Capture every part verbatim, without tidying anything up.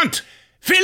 Arndt! Philipp!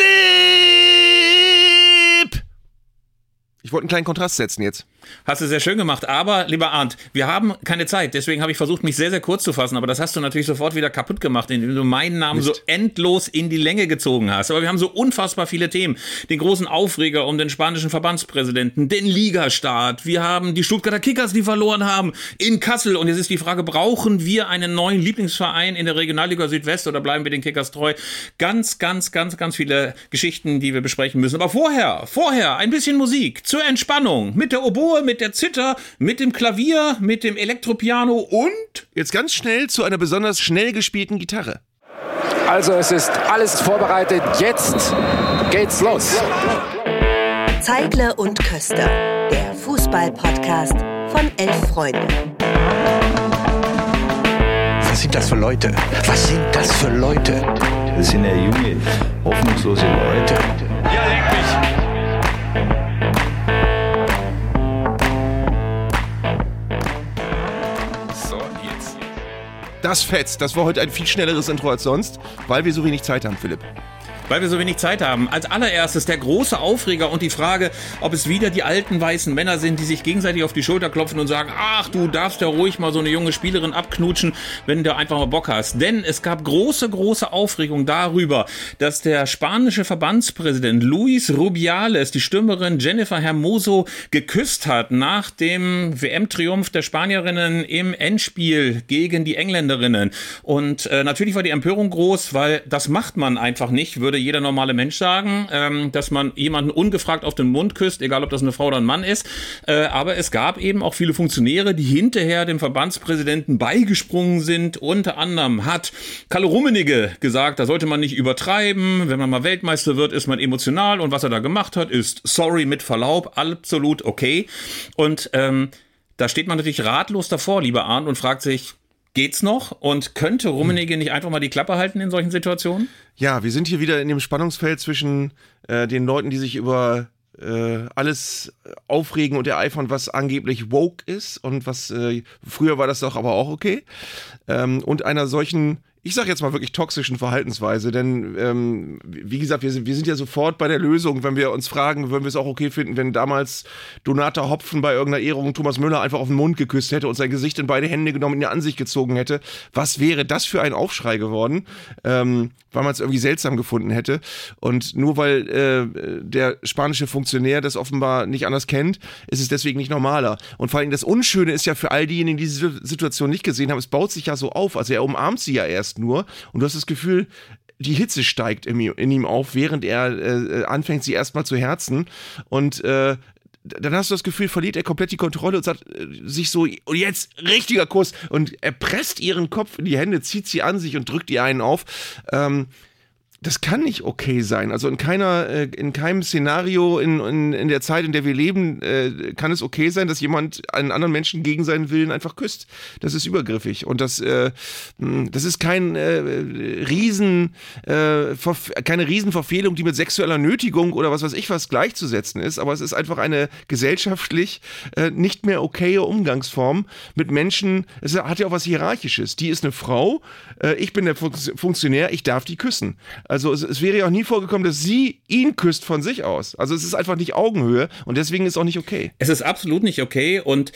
Ich wollte einen kleinen Kontrast setzen jetzt. Hast du sehr schön gemacht, aber, lieber Arndt, wir haben keine Zeit, deswegen habe ich versucht, mich sehr, sehr kurz zu fassen, aber das hast du natürlich sofort wieder kaputt gemacht, indem du meinen Namen Mist. so endlos in die Länge gezogen hast. Aber wir haben so unfassbar viele Themen. Den großen Aufreger um den spanischen Verbandspräsidenten, den Ligastart, wir haben die Stuttgarter Kickers, die verloren haben, in Kassel. Und jetzt ist die Frage, brauchen wir einen neuen Lieblingsverein in der Regionalliga Südwest oder bleiben wir den Kickers treu? Ganz, ganz, ganz, ganz viele Geschichten, die wir besprechen müssen. Aber vorher, vorher ein bisschen Musik zur Entspannung mit der Oboe, mit der Zither, mit dem Klavier, mit dem Elektropiano und jetzt ganz schnell zu einer besonders schnell gespielten Gitarre. Also es ist alles vorbereitet, jetzt geht's los. Zeigle und Köster, der Fußball-Podcast von Elf Freunde. Was sind das für Leute? Was sind das für Leute? Das sind ja junge, hoffnungslose Leute. Ja, leck mich! Das fetzt. Das war heute ein viel schnelleres Intro als sonst, weil wir so wenig Zeit haben, Philipp. Weil wir so wenig Zeit haben. Als allererstes der große Aufreger und die Frage, ob es wieder die alten weißen Männer sind, die sich gegenseitig auf die Schulter klopfen und sagen, ach, du darfst ja ruhig mal so eine junge Spielerin abknutschen, wenn du einfach mal Bock hast. Denn es gab große, große Aufregung darüber, dass der spanische Verbandspräsident Luis Rubiales die Stürmerin Jennifer Hermoso geküsst hat nach dem W M-Triumph der Spanierinnen im Endspiel gegen die Engländerinnen. Und äh, natürlich war die Empörung groß, weil das macht man einfach nicht, würde jeder normale Mensch sagen, ähm, dass man jemanden ungefragt auf den Mund küsst, egal ob das eine Frau oder ein Mann ist. Äh, aber es gab eben auch viele Funktionäre, die hinterher dem Verbandspräsidenten beigesprungen sind. Unter anderem hat Kalle Rummenigge gesagt, da sollte man nicht übertreiben. Wenn man mal Weltmeister wird, ist man emotional. Und was er da gemacht hat, ist, sorry, mit Verlaub, absolut okay. Und ähm, da steht man natürlich ratlos davor, lieber Arndt, und fragt sich, geht's noch? Und könnte Rummenigge nicht einfach mal die Klappe halten in solchen Situationen? Ja, wir sind hier wieder in dem Spannungsfeld zwischen äh, den Leuten, die sich über äh, alles aufregen und ereifern, was angeblich woke ist und was, äh, früher war das doch aber auch okay, ähm, und einer solchen, ich sag jetzt mal wirklich toxischen Verhaltensweise, denn ähm, wie gesagt, wir sind, wir sind ja sofort bei der Lösung, wenn wir uns fragen, würden wir es auch okay finden, wenn damals Donata Hopfen bei irgendeiner Ehrung Thomas Müller einfach auf den Mund geküsst hätte und sein Gesicht in beide Hände genommen und ihn an sich gezogen hätte. Was wäre das für ein Aufschrei geworden, ähm, weil man es irgendwie seltsam gefunden hätte. Und nur weil äh, der spanische Funktionär das offenbar nicht anders kennt, ist es deswegen nicht normaler. Und vor allem das Unschöne ist ja für all diejenigen, die diese Situation nicht gesehen haben, es baut sich ja so auf. Also er umarmt sie ja erst nur und du hast das Gefühl, die Hitze steigt in, in ihm auf, während er äh, anfängt, sie erstmal zu herzen und äh, dann hast du das Gefühl, verliert er komplett die Kontrolle und sagt äh, sich so, und jetzt richtiger Kuss, und er presst ihren Kopf in die Hände, zieht sie an sich und drückt ihr einen auf. Ähm, Das kann nicht okay sein. Also in keiner, äh, in keinem Szenario in, in, in der Zeit, in der wir leben, äh, kann es okay sein, dass jemand einen anderen Menschen gegen seinen Willen einfach küsst. Das ist übergriffig. Und das, äh, das ist kein äh, Riesen, äh, keine Riesenverfehlung, die mit sexueller Nötigung oder was weiß ich was gleichzusetzen ist. Aber es ist einfach eine gesellschaftlich äh, nicht mehr okaye Umgangsform mit Menschen. Es hat ja auch was Hierarchisches. Die ist eine Frau, äh, ich bin der Funktionär, ich darf die küssen. Also es, es wäre ja auch nie vorgekommen, dass sie ihn küsst von sich aus. Also es ist einfach nicht Augenhöhe und deswegen ist es auch nicht okay. Es ist absolut nicht okay und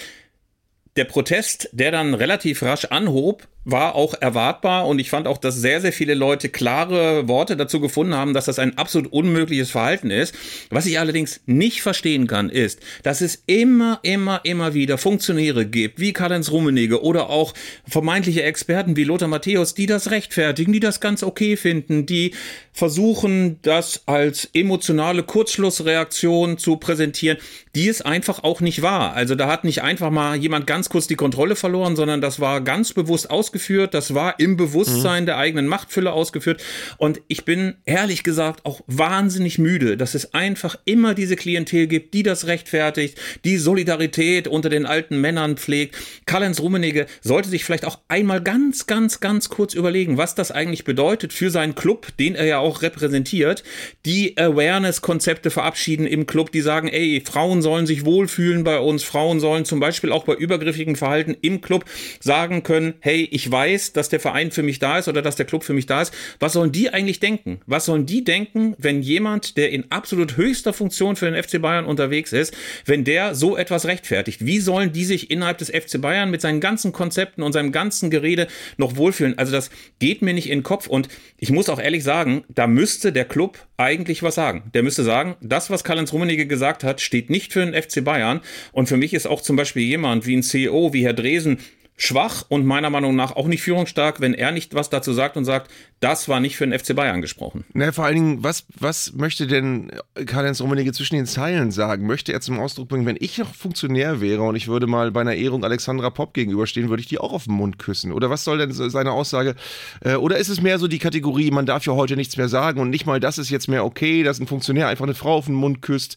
der Protest, der dann relativ rasch anhob, war auch erwartbar und ich fand auch, dass sehr, sehr viele Leute klare Worte dazu gefunden haben, dass das ein absolut unmögliches Verhalten ist. Was ich allerdings nicht verstehen kann, ist, dass es immer, immer, immer wieder Funktionäre gibt, wie Karl-Heinz Rummenigge oder auch vermeintliche Experten wie Lothar Matthäus, die das rechtfertigen, die das ganz okay finden, die versuchen, das als emotionale Kurzschlussreaktion zu präsentieren, die es einfach auch nicht war. Also da hat nicht einfach mal jemand ganz kurz die Kontrolle verloren, sondern das war ganz bewusst ausgeführt. Das war im Bewusstsein mhm. der eigenen Machtfülle ausgeführt. Und ich bin ehrlich gesagt auch wahnsinnig müde, dass es einfach immer diese Klientel gibt, die das rechtfertigt, die Solidarität unter den alten Männern pflegt. Karl-Heinz Rummenigge sollte sich vielleicht auch einmal ganz, ganz, ganz kurz überlegen, was das eigentlich bedeutet für seinen Club, den er ja auch repräsentiert. Die Awareness-Konzepte verabschieden im Club, die sagen, ey, Frauen sollen sich wohlfühlen bei uns, Frauen sollen zum Beispiel auch bei übergriffigem Verhalten im Club sagen können, hey, ich ich weiß, dass der Verein für mich da ist oder dass der Club für mich da ist. Was sollen die eigentlich denken? Was sollen die denken, wenn jemand, der in absolut höchster Funktion für den F C Bayern unterwegs ist, wenn der so etwas rechtfertigt? Wie sollen die sich innerhalb des F C Bayern mit seinen ganzen Konzepten und seinem ganzen Gerede noch wohlfühlen? Also das geht mir nicht in den Kopf und ich muss auch ehrlich sagen, da müsste der Club eigentlich was sagen. Der müsste sagen, das, was Karl-Heinz Rummenigge gesagt hat, steht nicht für den F C Bayern und für mich ist auch zum Beispiel jemand wie ein C E O, wie Herr Dresen, schwach und meiner Meinung nach auch nicht führungsstark, wenn er nicht was dazu sagt und sagt, das war nicht für den F C Bayern gesprochen. Na, vor allen Dingen, was, was möchte denn Karl-Heinz Rummenigge zwischen den Zeilen sagen? Möchte er zum Ausdruck bringen, wenn ich noch Funktionär wäre und ich würde mal bei einer Ehrung Alexandra Popp gegenüberstehen, würde ich die auch auf den Mund küssen? Oder was soll denn seine Aussage? Oder ist es mehr so die Kategorie, man darf ja heute nichts mehr sagen und nicht mal das ist jetzt mehr okay, dass ein Funktionär einfach eine Frau auf den Mund küsst?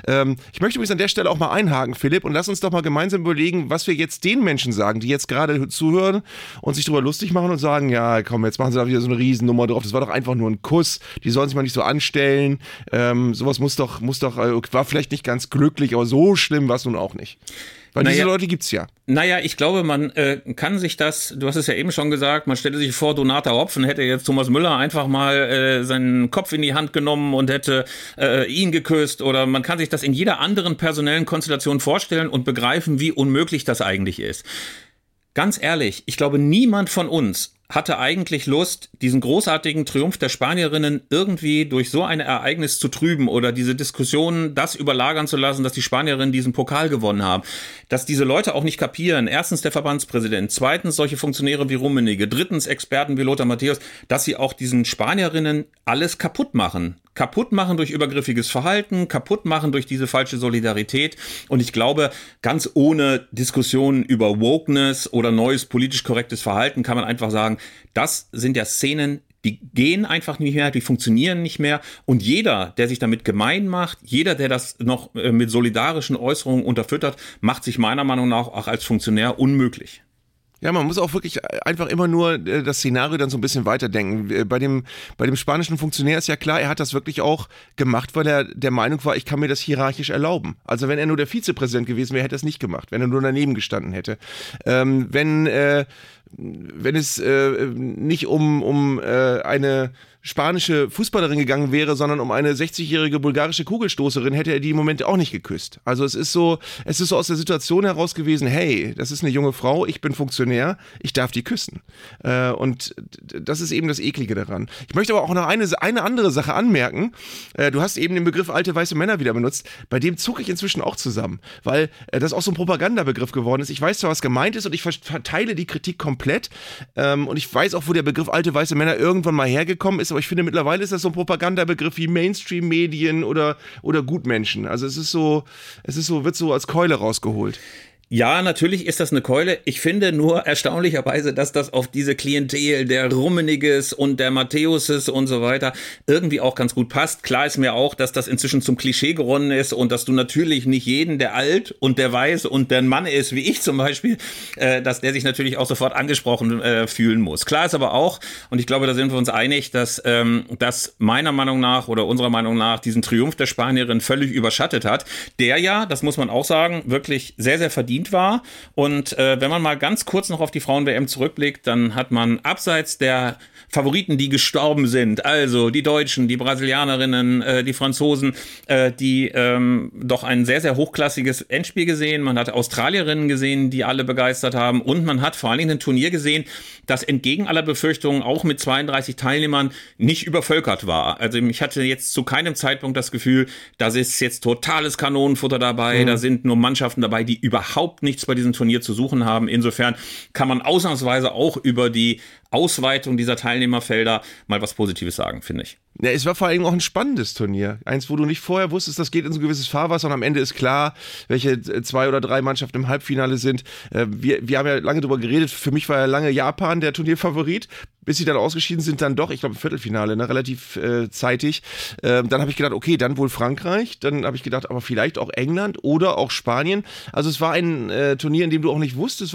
Ich möchte übrigens an der Stelle auch mal einhaken, Philipp, und lass uns doch mal gemeinsam überlegen, was wir jetzt den Menschen sagen, die jetzt gerade zuhören und sich darüber lustig machen und sagen, ja komm, jetzt machen sie da wieder so eine Riesennummer drauf, das war doch einfach nur ein Kuss, die sollen sich mal nicht so anstellen, ähm, sowas muss doch, muss doch, äh, war vielleicht nicht ganz glücklich, aber so schlimm war es nun auch nicht. Weil naja, diese Leute gibt's ja. Naja, ich glaube, man äh, kann sich das, du hast es ja eben schon gesagt, man stelle sich vor, Donata Hopfen hätte jetzt Thomas Müller einfach mal äh, seinen Kopf in die Hand genommen und hätte äh, ihn geküsst oder man kann sich das in jeder anderen personellen Konstellation vorstellen und begreifen, wie unmöglich das eigentlich ist. Ganz ehrlich, ich glaube, niemand von uns hatte eigentlich Lust, diesen großartigen Triumph der Spanierinnen irgendwie durch so ein Ereignis zu trüben oder diese Diskussionen das überlagern zu lassen, dass die Spanierinnen diesen Pokal gewonnen haben. Dass diese Leute auch nicht kapieren, erstens der Verbandspräsident, zweitens solche Funktionäre wie Rummenigge, drittens Experten wie Lothar Matthäus, dass sie auch diesen Spanierinnen alles kaputt machen. Kaputt machen durch übergriffiges Verhalten, kaputt machen durch diese falsche Solidarität. Und ich glaube, ganz ohne Diskussionen über Wokeness oder neues politisch korrektes Verhalten kann man einfach sagen, das sind ja Szenen, die gehen einfach nicht mehr, die funktionieren nicht mehr. Und jeder, der sich damit gemein macht, jeder, der das noch mit solidarischen Äußerungen unterfüttert, macht sich meiner Meinung nach auch als Funktionär unmöglich. Ja, man muss auch wirklich einfach immer nur das Szenario dann so ein bisschen weiterdenken. Bei dem, bei dem spanischen Funktionär ist ja klar, er hat das wirklich auch gemacht, weil er der Meinung war, ich kann mir das hierarchisch erlauben. Also wenn er nur der Vizepräsident gewesen wäre, hätte er es nicht gemacht, wenn er nur daneben gestanden hätte. Ähm, wenn, äh, wenn es äh, nicht um, um äh, eine spanische Fußballerin gegangen wäre, sondern um eine sechzigjährige bulgarische Kugelstoßerin, hätte er die im Moment auch nicht geküsst. Also es ist so, es ist so aus der Situation heraus gewesen, hey, das ist eine junge Frau, ich bin Funktionär, ich darf die küssen. Äh, und das ist eben das Eklige daran. Ich möchte aber auch noch eine, eine andere Sache anmerken. Äh, du hast eben den Begriff alte weiße Männer wieder benutzt. Bei dem zucke ich inzwischen auch zusammen, weil äh, das auch so ein Propagandabegriff geworden ist. Ich weiß zwar, was gemeint ist und ich verteile die Kritik komplett. Ähm, und ich weiß auch, wo der Begriff alte weiße Männer irgendwann mal hergekommen ist, aber ich finde, mittlerweile ist das so ein Propagandabegriff wie Mainstream-Medien oder, oder Gutmenschen. Also es ist so, es ist so, wird so als Keule rausgeholt. Ja, natürlich ist das eine Keule. Ich finde nur erstaunlicherweise, dass das auf diese Klientel der Rummeniges und der Matthäuses und so weiter irgendwie auch ganz gut passt. Klar ist mir auch, dass das inzwischen zum Klischee geronnen ist und dass du natürlich nicht jeden, der alt und der weiß und der ein Mann ist, wie ich zum Beispiel, äh, dass der sich natürlich auch sofort angesprochen äh, fühlen muss. Klar ist aber auch, und ich glaube, da sind wir uns einig, dass ähm, das meiner Meinung nach oder unserer Meinung nach diesen Triumph der Spanierin völlig überschattet hat, der ja, das muss man auch sagen, wirklich sehr, sehr verdient war. Und äh, wenn man mal ganz kurz noch auf die Frauen-W M zurückblickt, dann hat man abseits der Favoriten, die gestorben sind, also die Deutschen, die Brasilianerinnen, äh, die Franzosen, äh, die ähm, doch ein sehr, sehr hochklassiges Endspiel gesehen. Man hat Australierinnen gesehen, die alle begeistert haben. Und man hat vor allen Dingen ein Turnier gesehen, das entgegen aller Befürchtungen auch mit zweiunddreißig Teilnehmern nicht übervölkert war. Also ich hatte jetzt zu keinem Zeitpunkt das Gefühl, da ist jetzt totales Kanonenfutter dabei, mhm. da sind nur Mannschaften dabei, die überhaupt nichts bei diesem Turnier zu suchen haben. Insofern kann man ausnahmsweise auch über die Ausweitung dieser Teilnehmerfelder mal was Positives sagen, finde ich. Ja, es war vor allem auch ein spannendes Turnier. Eins, wo du nicht vorher wusstest, das geht in so ein gewisses Fahrwasser und am Ende ist klar, welche zwei oder drei Mannschaften im Halbfinale sind. Wir, wir haben ja lange drüber geredet. Für mich war ja lange Japan der Turnierfavorit. Bis sie dann ausgeschieden sind, dann doch, ich glaube, im Viertelfinale, ne, relativ äh, zeitig. Ähm, dann habe ich gedacht, okay, dann wohl Frankreich. Dann habe ich gedacht, aber vielleicht auch England oder auch Spanien. Also es war ein äh, Turnier, in dem du auch nicht wusstest, was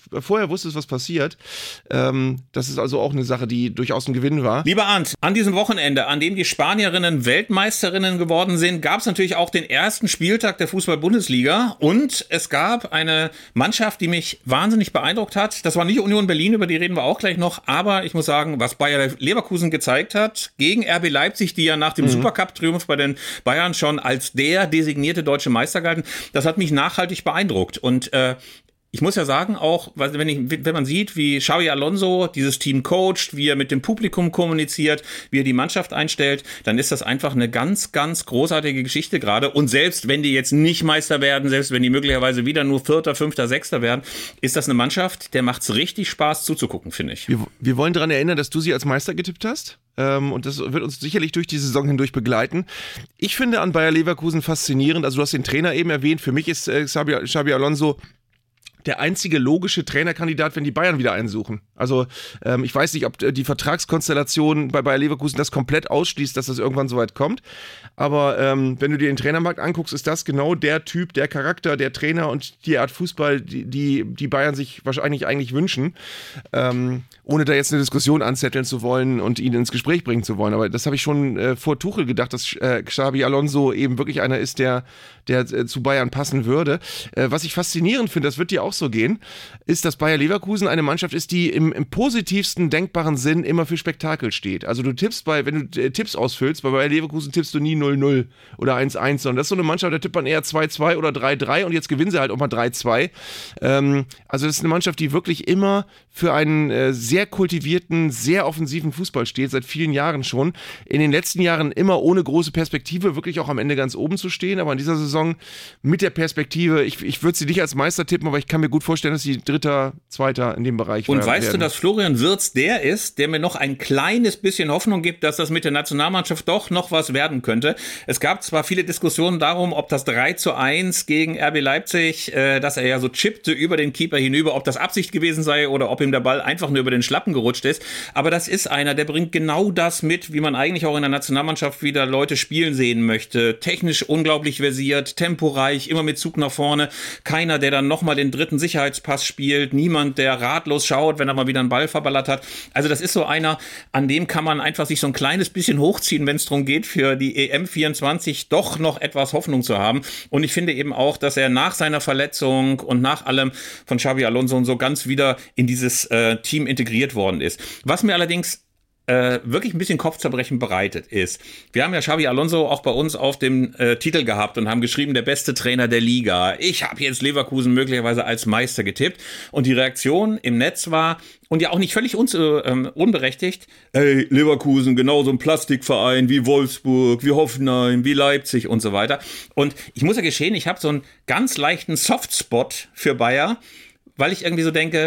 vorher wusstest, was passiert. Ähm, das ist also auch eine Sache, die durchaus ein Gewinn war. Lieber Arndt, an diesem Wochenende, an dem die Spanierinnen Weltmeisterinnen geworden sind, gab es natürlich auch den ersten Spieltag der Fußball-Bundesliga und es gab eine Mannschaft, die mich wahnsinnig beeindruckt hat. Das war nicht Union Berlin, über die reden wir auch gleich noch, aber ich muss sagen, was Bayer Leverkusen gezeigt hat gegen R B Leipzig, die ja nach dem mhm. Supercup-Triumph bei den Bayern schon als der designierte deutsche Meister galten, das hat mich nachhaltig beeindruckt und äh, ich muss ja sagen, auch wenn, ich, wenn man sieht, wie Xabi Alonso dieses Team coacht, wie er mit dem Publikum kommuniziert, wie er die Mannschaft einstellt, dann ist das einfach eine ganz, ganz großartige Geschichte gerade. Und selbst wenn die jetzt nicht Meister werden, selbst wenn die möglicherweise wieder nur Vierter, Fünfter, Sechster werden, ist das eine Mannschaft, der macht es richtig Spaß zuzugucken, finde ich. Wir, wir wollen daran erinnern, dass du sie als Meister getippt hast. Ähm, und das wird uns sicherlich durch die Saison hindurch begleiten. Ich finde an Bayer Leverkusen faszinierend, also du hast den Trainer eben erwähnt, für mich ist äh, Xabi, Xabi Alonso der einzige logische Trainerkandidat, wenn die Bayern wieder einen suchen. Also ähm, ich weiß nicht, ob die Vertragskonstellation bei Bayer Leverkusen das komplett ausschließt, dass das irgendwann so weit kommt. Aber ähm, wenn du dir den Trainermarkt anguckst, ist das genau der Typ, der Charakter, der Trainer und die Art Fußball, die die, die Bayern sich wahrscheinlich eigentlich wünschen. Ähm, ohne da jetzt eine Diskussion anzetteln zu wollen und ihn ins Gespräch bringen zu wollen. Aber das habe ich schon äh, vor Tuchel gedacht, dass äh, Xabi Alonso eben wirklich einer ist, der, der äh, zu Bayern passen würde. Äh, was ich faszinierend finde, das wird dir auch so gehen, ist, dass Bayer Leverkusen eine Mannschaft ist, die im, im positivsten denkbaren Sinn immer für Spektakel steht. Also du tippst bei, wenn du äh, Tipps ausfüllst, bei Bayer Leverkusen tippst du nie null null oder eins eins, sondern das ist so eine Mannschaft, da tippt man eher zwei zwei oder drei drei und jetzt gewinnen sie halt auch mal drei zwei. Ähm, also das ist eine Mannschaft, die wirklich immer für einen äh, sehr kultivierten, sehr offensiven Fußball steht, seit vielen Jahren schon. In den letzten Jahren immer ohne große Perspektive, wirklich auch am Ende ganz oben zu stehen, aber in dieser Saison mit der Perspektive, ich, ich würde sie nicht als Meister tippen, aber ich kann mir gut vorstellen, dass sie Dritter, Zweiter in dem Bereich Und werden. weißt du, dass Florian Wirtz der ist, der mir noch ein kleines bisschen Hoffnung gibt, dass das mit der Nationalmannschaft doch noch was werden könnte. Es gab zwar viele Diskussionen darum, ob das drei zu eins gegen R B Leipzig, äh, dass er ja so chippte über den Keeper hinüber, ob das Absicht gewesen sei oder ob ihm der Ball einfach nur über den Schlappen gerutscht ist. Aber das ist einer, der bringt genau das mit, wie man eigentlich auch in der Nationalmannschaft wieder Leute spielen sehen möchte. Technisch unglaublich versiert, temporeich, immer mit Zug nach vorne. Keiner, der dann nochmal den dritten Sicherheitspass spielt. Niemand, der ratlos schaut, wenn er mal wieder einen Ball verballert hat. Also das ist so einer, an dem kann man einfach sich so ein kleines bisschen hochziehen, wenn es darum geht, für die E M vierundzwanzig doch noch etwas Hoffnung zu haben. Und ich finde eben auch, dass er nach seiner Verletzung und nach allem von Xabi Alonso und so ganz wieder in dieses äh, Team integriert worden ist. Was mir allerdings Äh, wirklich ein bisschen Kopfzerbrechen bereitet ist. Wir haben ja Xabi Alonso auch bei uns auf dem äh, Titel gehabt und haben geschrieben, der beste Trainer der Liga. Ich habe jetzt Leverkusen möglicherweise als Meister getippt und die Reaktion im Netz war, und ja auch nicht völlig un- äh, unberechtigt, ey, Leverkusen, genauso ein Plastikverein wie Wolfsburg, wie Hoffenheim, wie Leipzig und so weiter. Und ich muss ja gestehen, ich habe so einen ganz leichten Softspot für Bayer, weil ich irgendwie so denke,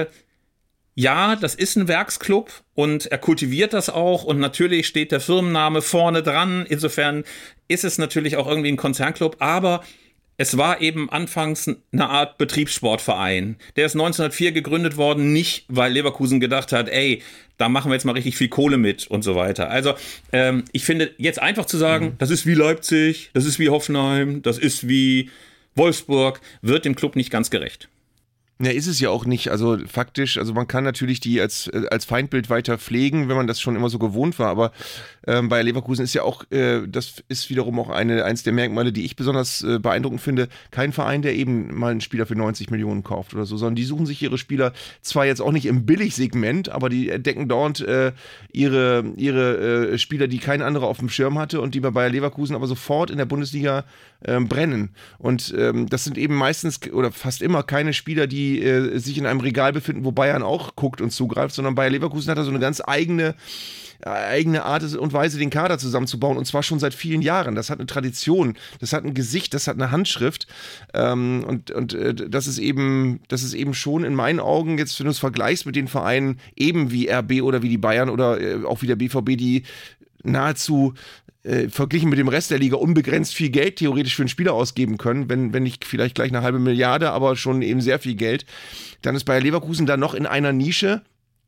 ja, das ist ein Werksclub und er kultiviert das auch und natürlich steht der Firmenname vorne dran. Insofern ist es natürlich auch irgendwie ein Konzernclub, aber es war eben anfangs eine Art Betriebssportverein. Der ist neunzehnhundertvier gegründet worden, nicht weil Leverkusen gedacht hat, ey, da machen wir jetzt mal richtig viel Kohle mit und so weiter. Also ähm, ich finde, jetzt einfach zu sagen, mhm. das ist wie Leipzig, das ist wie Hoffenheim, das ist wie Wolfsburg, wird dem Club nicht ganz gerecht. Ja, ist es ja auch nicht, also faktisch, also man kann natürlich die als, als Feindbild weiter pflegen, wenn man das schon immer so gewohnt war, aber ähm, bei Leverkusen ist ja auch, äh, das ist wiederum auch eine, eins der Merkmale, die ich besonders äh, beeindruckend finde, kein Verein, der eben mal einen Spieler für neunzig Millionen kauft oder so, sondern die suchen sich ihre Spieler zwar jetzt auch nicht im Billigsegment, aber die entdecken dort äh, ihre, ihre äh, Spieler, die kein anderer auf dem Schirm hatte und die bei Bayer Leverkusen aber sofort in der Bundesliga ähm, brennen und ähm, das sind eben meistens oder fast immer keine Spieler, die Die, äh, sich in einem Regal befinden, wo Bayern auch guckt und zugreift, sondern Bayer Leverkusen hat da so eine ganz eigene, äh, eigene Art und Weise, den Kader zusammenzubauen und zwar schon seit vielen Jahren. Das hat eine Tradition, das hat ein Gesicht, das hat eine Handschrift ähm, und, und äh, das ist eben, das ist eben schon in meinen Augen, jetzt wenn du es vergleichst mit den Vereinen eben wie R B oder wie die Bayern oder äh, auch wie der B V B, die nahezu Äh, verglichen mit dem Rest der Liga unbegrenzt viel Geld theoretisch für einen Spieler ausgeben können, wenn, wenn nicht vielleicht gleich eine halbe Milliarde, aber schon eben sehr viel Geld, dann ist Bayer Leverkusen da noch in einer Nische,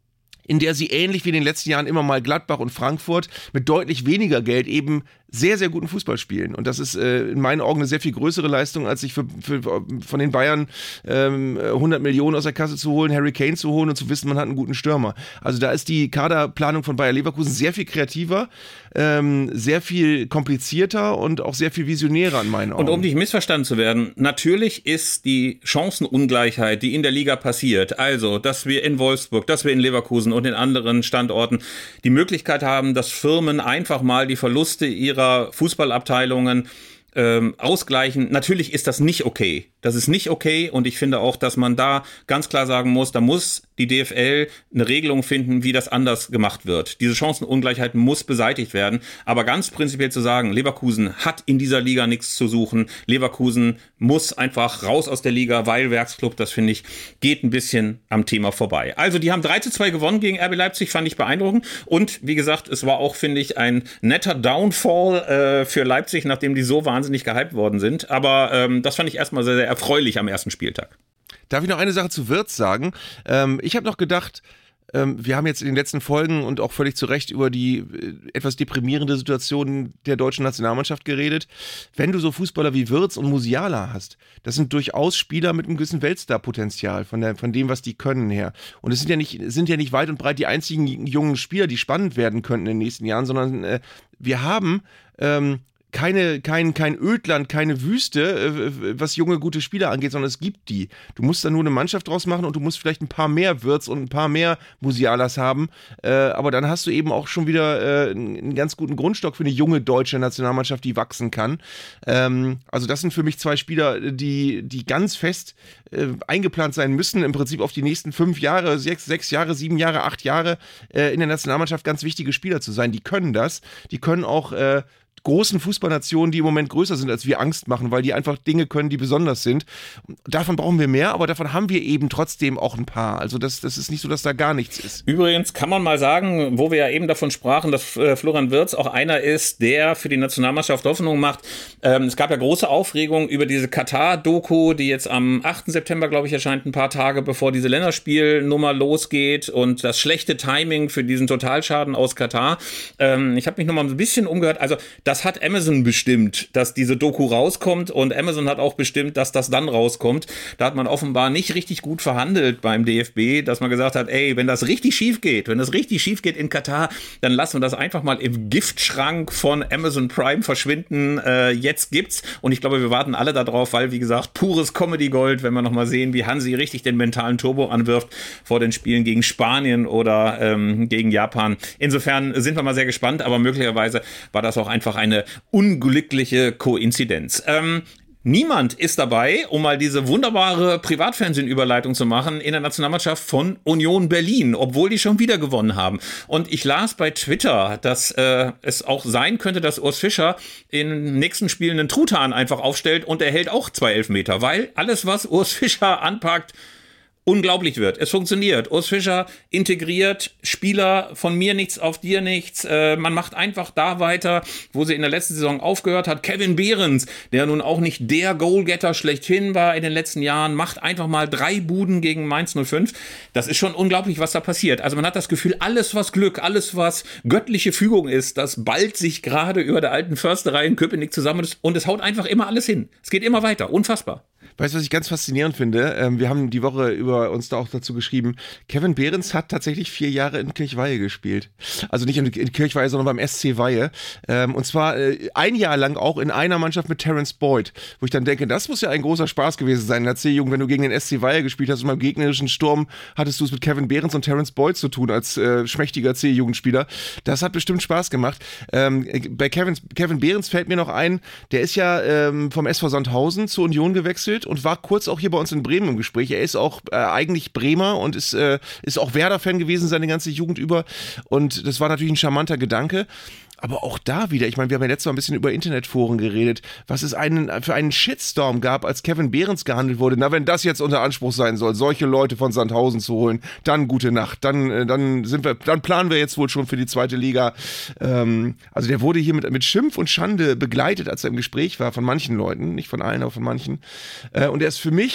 in der sie ähnlich wie in den letzten Jahren immer mal Gladbach und Frankfurt mit deutlich weniger Geld eben sehr, sehr guten Fußball spielen. Und das ist äh, in meinen Augen eine sehr viel größere Leistung, als sich für, für, von den Bayern ähm, hundert Millionen aus der Kasse zu holen, Harry Kane zu holen und zu wissen, man hat einen guten Stürmer. Also da ist die Kaderplanung von Bayer Leverkusen sehr viel kreativer, ähm, sehr viel komplizierter und auch sehr viel visionärer in meinen Augen. Und um nicht missverstanden zu werden, natürlich ist die Chancenungleichheit, die in der Liga passiert, also dass wir in Wolfsburg, dass wir in Leverkusen und in anderen Standorten die Möglichkeit haben, dass Firmen einfach mal die Verluste ihrer Fußballabteilungen ähm, ausgleichen. Natürlich ist das nicht okay. Das ist nicht okay und ich finde auch, dass man da ganz klar sagen muss, da muss die D F L eine Regelung finden, wie das anders gemacht wird. Diese Chancenungleichheit muss beseitigt werden, aber ganz prinzipiell zu sagen, Leverkusen hat in dieser Liga nichts zu suchen, Leverkusen muss einfach raus aus der Liga, weil Werksclub, das finde ich, geht ein bisschen am Thema vorbei. Also die haben drei zu zwei gewonnen gegen R B Leipzig, fand ich beeindruckend und wie gesagt, es war auch, finde ich, ein netter Downfall äh, für Leipzig, nachdem die so wahnsinnig gehypt worden sind, aber ähm, das fand ich erstmal sehr, sehr erfreulich am ersten Spieltag. Darf ich noch eine Sache zu Wirtz sagen? Ähm, ich habe noch gedacht, ähm, wir haben jetzt in den letzten Folgen und auch völlig zu Recht über die äh, etwas deprimierende Situation der deutschen Nationalmannschaft geredet. Wenn du so Fußballer wie Wirtz und Musiala hast, das sind durchaus Spieler mit einem gewissen Weltstar-Potenzial von, der, von dem, was die können her. Und es sind ja nicht, sind ja nicht weit und breit die einzigen jungen Spieler, die spannend werden könnten in den nächsten Jahren, sondern äh, wir haben ähm, Keine, kein, kein Ödland, keine Wüste, äh, was junge, gute Spieler angeht, sondern es gibt die. Du musst da nur eine Mannschaft draus machen und du musst vielleicht ein paar mehr Wirtz und ein paar mehr Musialas haben, äh, aber dann hast du eben auch schon wieder äh, einen ganz guten Grundstock für eine junge deutsche Nationalmannschaft, die wachsen kann. Ähm, also das sind für mich zwei Spieler, die, die ganz fest äh, eingeplant sein müssen, im Prinzip auf die nächsten fünf Jahre, sechs, sechs Jahre, sieben Jahre, acht Jahre äh, in der Nationalmannschaft ganz wichtige Spieler zu sein. Die können das, die können auch äh, großen Fußballnationen, die im Moment größer sind, als wir, Angst machen, weil die einfach Dinge können, die besonders sind. Davon brauchen wir mehr, aber davon haben wir eben trotzdem auch ein paar. Also das, das ist nicht so, dass da gar nichts ist. Übrigens kann man mal sagen, wo wir ja eben davon sprachen, dass äh, Florian Wirtz auch einer ist, der für die Nationalmannschaft Hoffnung macht. Ähm, es gab ja große Aufregung über diese Katar-Doku, die jetzt am achten September, glaube ich, erscheint, ein paar Tage bevor diese Länderspielnummer losgeht und das schlechte Timing für diesen Totalschaden aus Katar. Ähm, ich habe mich noch mal ein bisschen umgehört. Also das hat Amazon bestimmt, dass diese Doku rauskommt und Amazon hat auch bestimmt, dass das dann rauskommt. Da hat man offenbar nicht richtig gut verhandelt beim D F B, dass man gesagt hat, ey, wenn das richtig schief geht, wenn das richtig schief geht in Katar, dann lassen wir das einfach mal im Giftschrank von Amazon Prime verschwinden. Äh, jetzt gibt's und ich glaube, wir warten alle darauf, weil, wie gesagt, pures Comedy-Gold, wenn wir nochmal sehen, wie Hansi richtig den mentalen Turbo anwirft vor den Spielen gegen Spanien oder ähm, gegen Japan. Insofern sind wir mal sehr gespannt, aber möglicherweise war das auch einfach eine unglückliche Koinzidenz. Ähm, niemand ist dabei, um mal diese wunderbare Privatfernsehen-Überleitung zu machen, in der Nationalmannschaft von Union Berlin, obwohl die schon wieder gewonnen haben. Und ich las bei Twitter, dass äh, es auch sein könnte, dass Urs Fischer im nächsten Spiel einen Truthahn einfach aufstellt und er hält auch zwei Elfmeter, weil alles, was Urs Fischer anpackt, unglaublich wird. Es funktioniert. Urs Fischer integriert Spieler von mir nichts auf dir nichts. Äh, man macht einfach da weiter, wo sie in der letzten Saison aufgehört hat. Kevin Behrens, der nun auch nicht der Goalgetter schlechthin war in den letzten Jahren, macht einfach mal drei Buden gegen Mainz null fünf. Das ist schon unglaublich, was da passiert. Also man hat das Gefühl, alles was Glück, alles was göttliche Fügung ist, das ballt sich gerade über der alten Försterei in Köpenick zusammen und es haut einfach immer alles hin. Es geht immer weiter. Unfassbar. Weißt du, was ich ganz faszinierend finde? Ähm, wir haben die Woche über uns da auch dazu geschrieben, Kevin Behrens hat tatsächlich vier Jahre in Kirchweihe gespielt. Also nicht in, in Kirchweihe, sondern beim S C Weihe. Ähm, und zwar äh, ein Jahr lang auch in einer Mannschaft mit Terence Boyd. Wo ich dann denke, das muss ja ein großer Spaß gewesen sein in der C-Jugend, wenn du gegen den S C Weihe gespielt hast und beim gegnerischen Sturm hattest du es mit Kevin Behrens und Terence Boyd zu tun als äh, schmächtiger C-Jugendspieler. Das hat bestimmt Spaß gemacht. Ähm, bei Kevin, Kevin Behrens fällt mir noch ein, der ist ja ähm, vom S V Sandhausen zur Union gewechselt und war kurz auch hier bei uns in Bremen im Gespräch. Er ist auch äh, eigentlich Bremer und ist, äh, ist auch Werder-Fan gewesen seine ganze Jugend über und das war natürlich ein charmanter Gedanke. Aber auch da wieder, ich meine, wir haben ja letztes Mal ein bisschen über Internetforen geredet, was es einen, für einen Shitstorm gab, als Kevin Behrens gehandelt wurde. Na, wenn das jetzt unser Anspruch sein soll, solche Leute von Sandhausen zu holen, dann gute Nacht. Dann, dann sind wir, dann planen wir jetzt wohl schon für die zweite Liga. Ähm, also der wurde hier mit, mit Schimpf und Schande begleitet, als er im Gespräch war, von manchen Leuten, nicht von allen, aber von manchen. Äh, und er ist für mich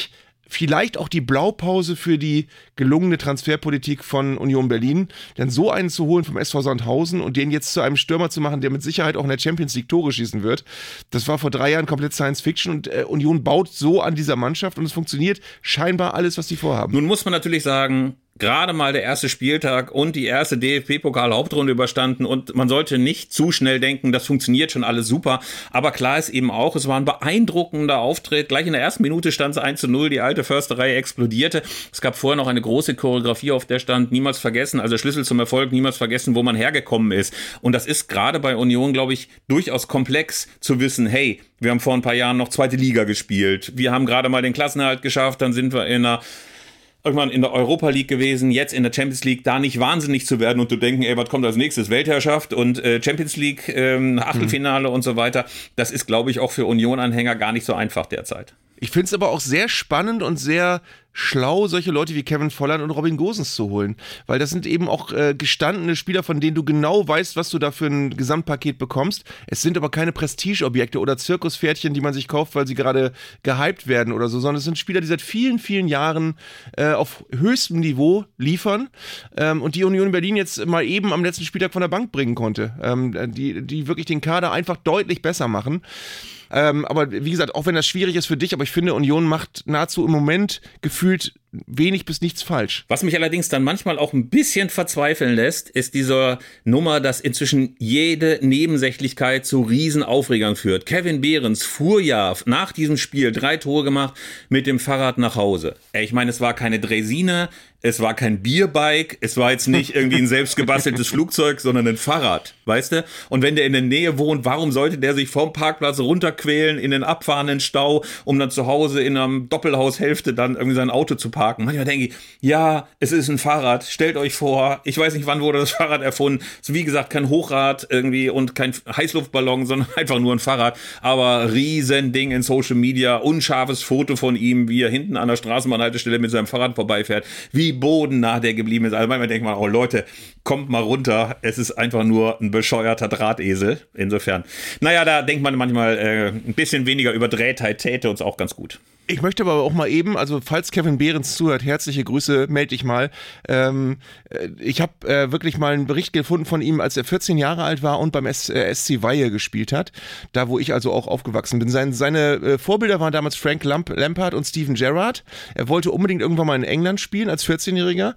vielleicht auch die Blaupause für die gelungene Transferpolitik von Union Berlin. Denn so einen zu holen vom S V Sandhausen und den jetzt zu einem Stürmer zu machen, der mit Sicherheit auch in der Champions League Tore schießen wird, das war vor drei Jahren komplett Science Fiction und äh, Union baut so an dieser Mannschaft und es funktioniert scheinbar alles, was sie vorhaben. Nun muss man natürlich sagen, gerade mal der erste Spieltag und die erste D F B-Pokal-Hauptrunde überstanden und man sollte nicht zu schnell denken, das funktioniert schon alles super, aber klar ist eben auch, es war ein beeindruckender Auftritt, gleich in der ersten Minute stand es eins zu null, die alte Försterei explodierte, es gab vorher noch eine große Choreografie, auf der stand niemals vergessen, also Schlüssel zum Erfolg, niemals vergessen, wo man hergekommen ist und das ist gerade bei Union, glaube ich, durchaus komplex zu wissen, hey, wir haben vor ein paar Jahren noch zweite Liga gespielt, wir haben gerade mal den Klassenerhalt geschafft, dann sind wir in einer irgendwann in der Europa League gewesen, jetzt in der Champions League, da nicht wahnsinnig zu werden und zu denken, ey, was kommt als nächstes? Weltherrschaft und äh, Champions League, ähm, Achtelfinale mhm. und so weiter. Das ist, glaube ich, auch für Union-Anhänger gar nicht so einfach derzeit. Ich finde es aber auch sehr spannend und sehr schlau, solche Leute wie Kevin Volland und Robin Gosens zu holen. Weil das sind eben auch äh, gestandene Spieler, von denen du genau weißt, was du da für ein Gesamtpaket bekommst. Es sind aber keine Prestigeobjekte oder Zirkuspferdchen, die man sich kauft, weil sie gerade gehypt werden oder so, sondern es sind Spieler, die seit vielen, vielen Jahren äh, auf höchstem Niveau liefern ähm, und die Union Berlin jetzt mal eben am letzten Spieltag von der Bank bringen konnte. Ähm, die, die wirklich den Kader einfach deutlich besser machen. Ähm, aber wie gesagt, auch wenn das schwierig ist für dich, aber ich finde, Union macht nahezu im Moment gefühlt wenig bis nichts falsch. Was mich allerdings dann manchmal auch ein bisschen verzweifeln lässt, ist diese Nummer, dass inzwischen jede Nebensächlichkeit zu Riesenaufregern führt. Kevin Behrens fuhr ja nach diesem Spiel drei Tore gemacht mit dem Fahrrad nach Hause. Ich meine, es war keine Draisine, es war kein Bierbike, es war jetzt nicht irgendwie ein selbstgebasteltes Flugzeug, sondern ein Fahrrad, weißt du? Und wenn der in der Nähe wohnt, warum sollte der sich vom Parkplatz runterquälen in den abfahrenden Stau, um dann zu Hause in einer Doppelhaushälfte dann irgendwie sein Auto zu parken? Manchmal denke ich, ja, es ist ein Fahrrad, stellt euch vor, ich weiß nicht, wann wurde das Fahrrad erfunden, so wie gesagt, kein Hochrad irgendwie und kein Heißluftballon, sondern einfach nur ein Fahrrad, aber Riesending in Social Media, unscharfes Foto von ihm, wie er hinten an der Straßenbahnhaltestelle mit seinem Fahrrad vorbeifährt, wie bodennah der geblieben ist. Also manchmal denkt man, oh Leute, kommt mal runter, es ist einfach nur ein bescheuerter Drahtesel. Insofern, naja, da denkt man manchmal, äh, ein bisschen weniger Überdrehtheit täte uns auch ganz gut. Ich möchte aber auch mal eben, also falls Kevin Behrens zuhört, herzliche Grüße, melde dich mal. Ähm, ich habe äh, wirklich mal einen Bericht gefunden von ihm, als er vierzehn Jahre alt war und beim S- äh, S C Weihe gespielt hat, da wo ich also auch aufgewachsen bin. Sein, seine äh, Vorbilder waren damals Frank Lamp- Lampard und Steven Gerrard. Er wollte unbedingt irgendwann mal in England spielen als vierzehnjähriger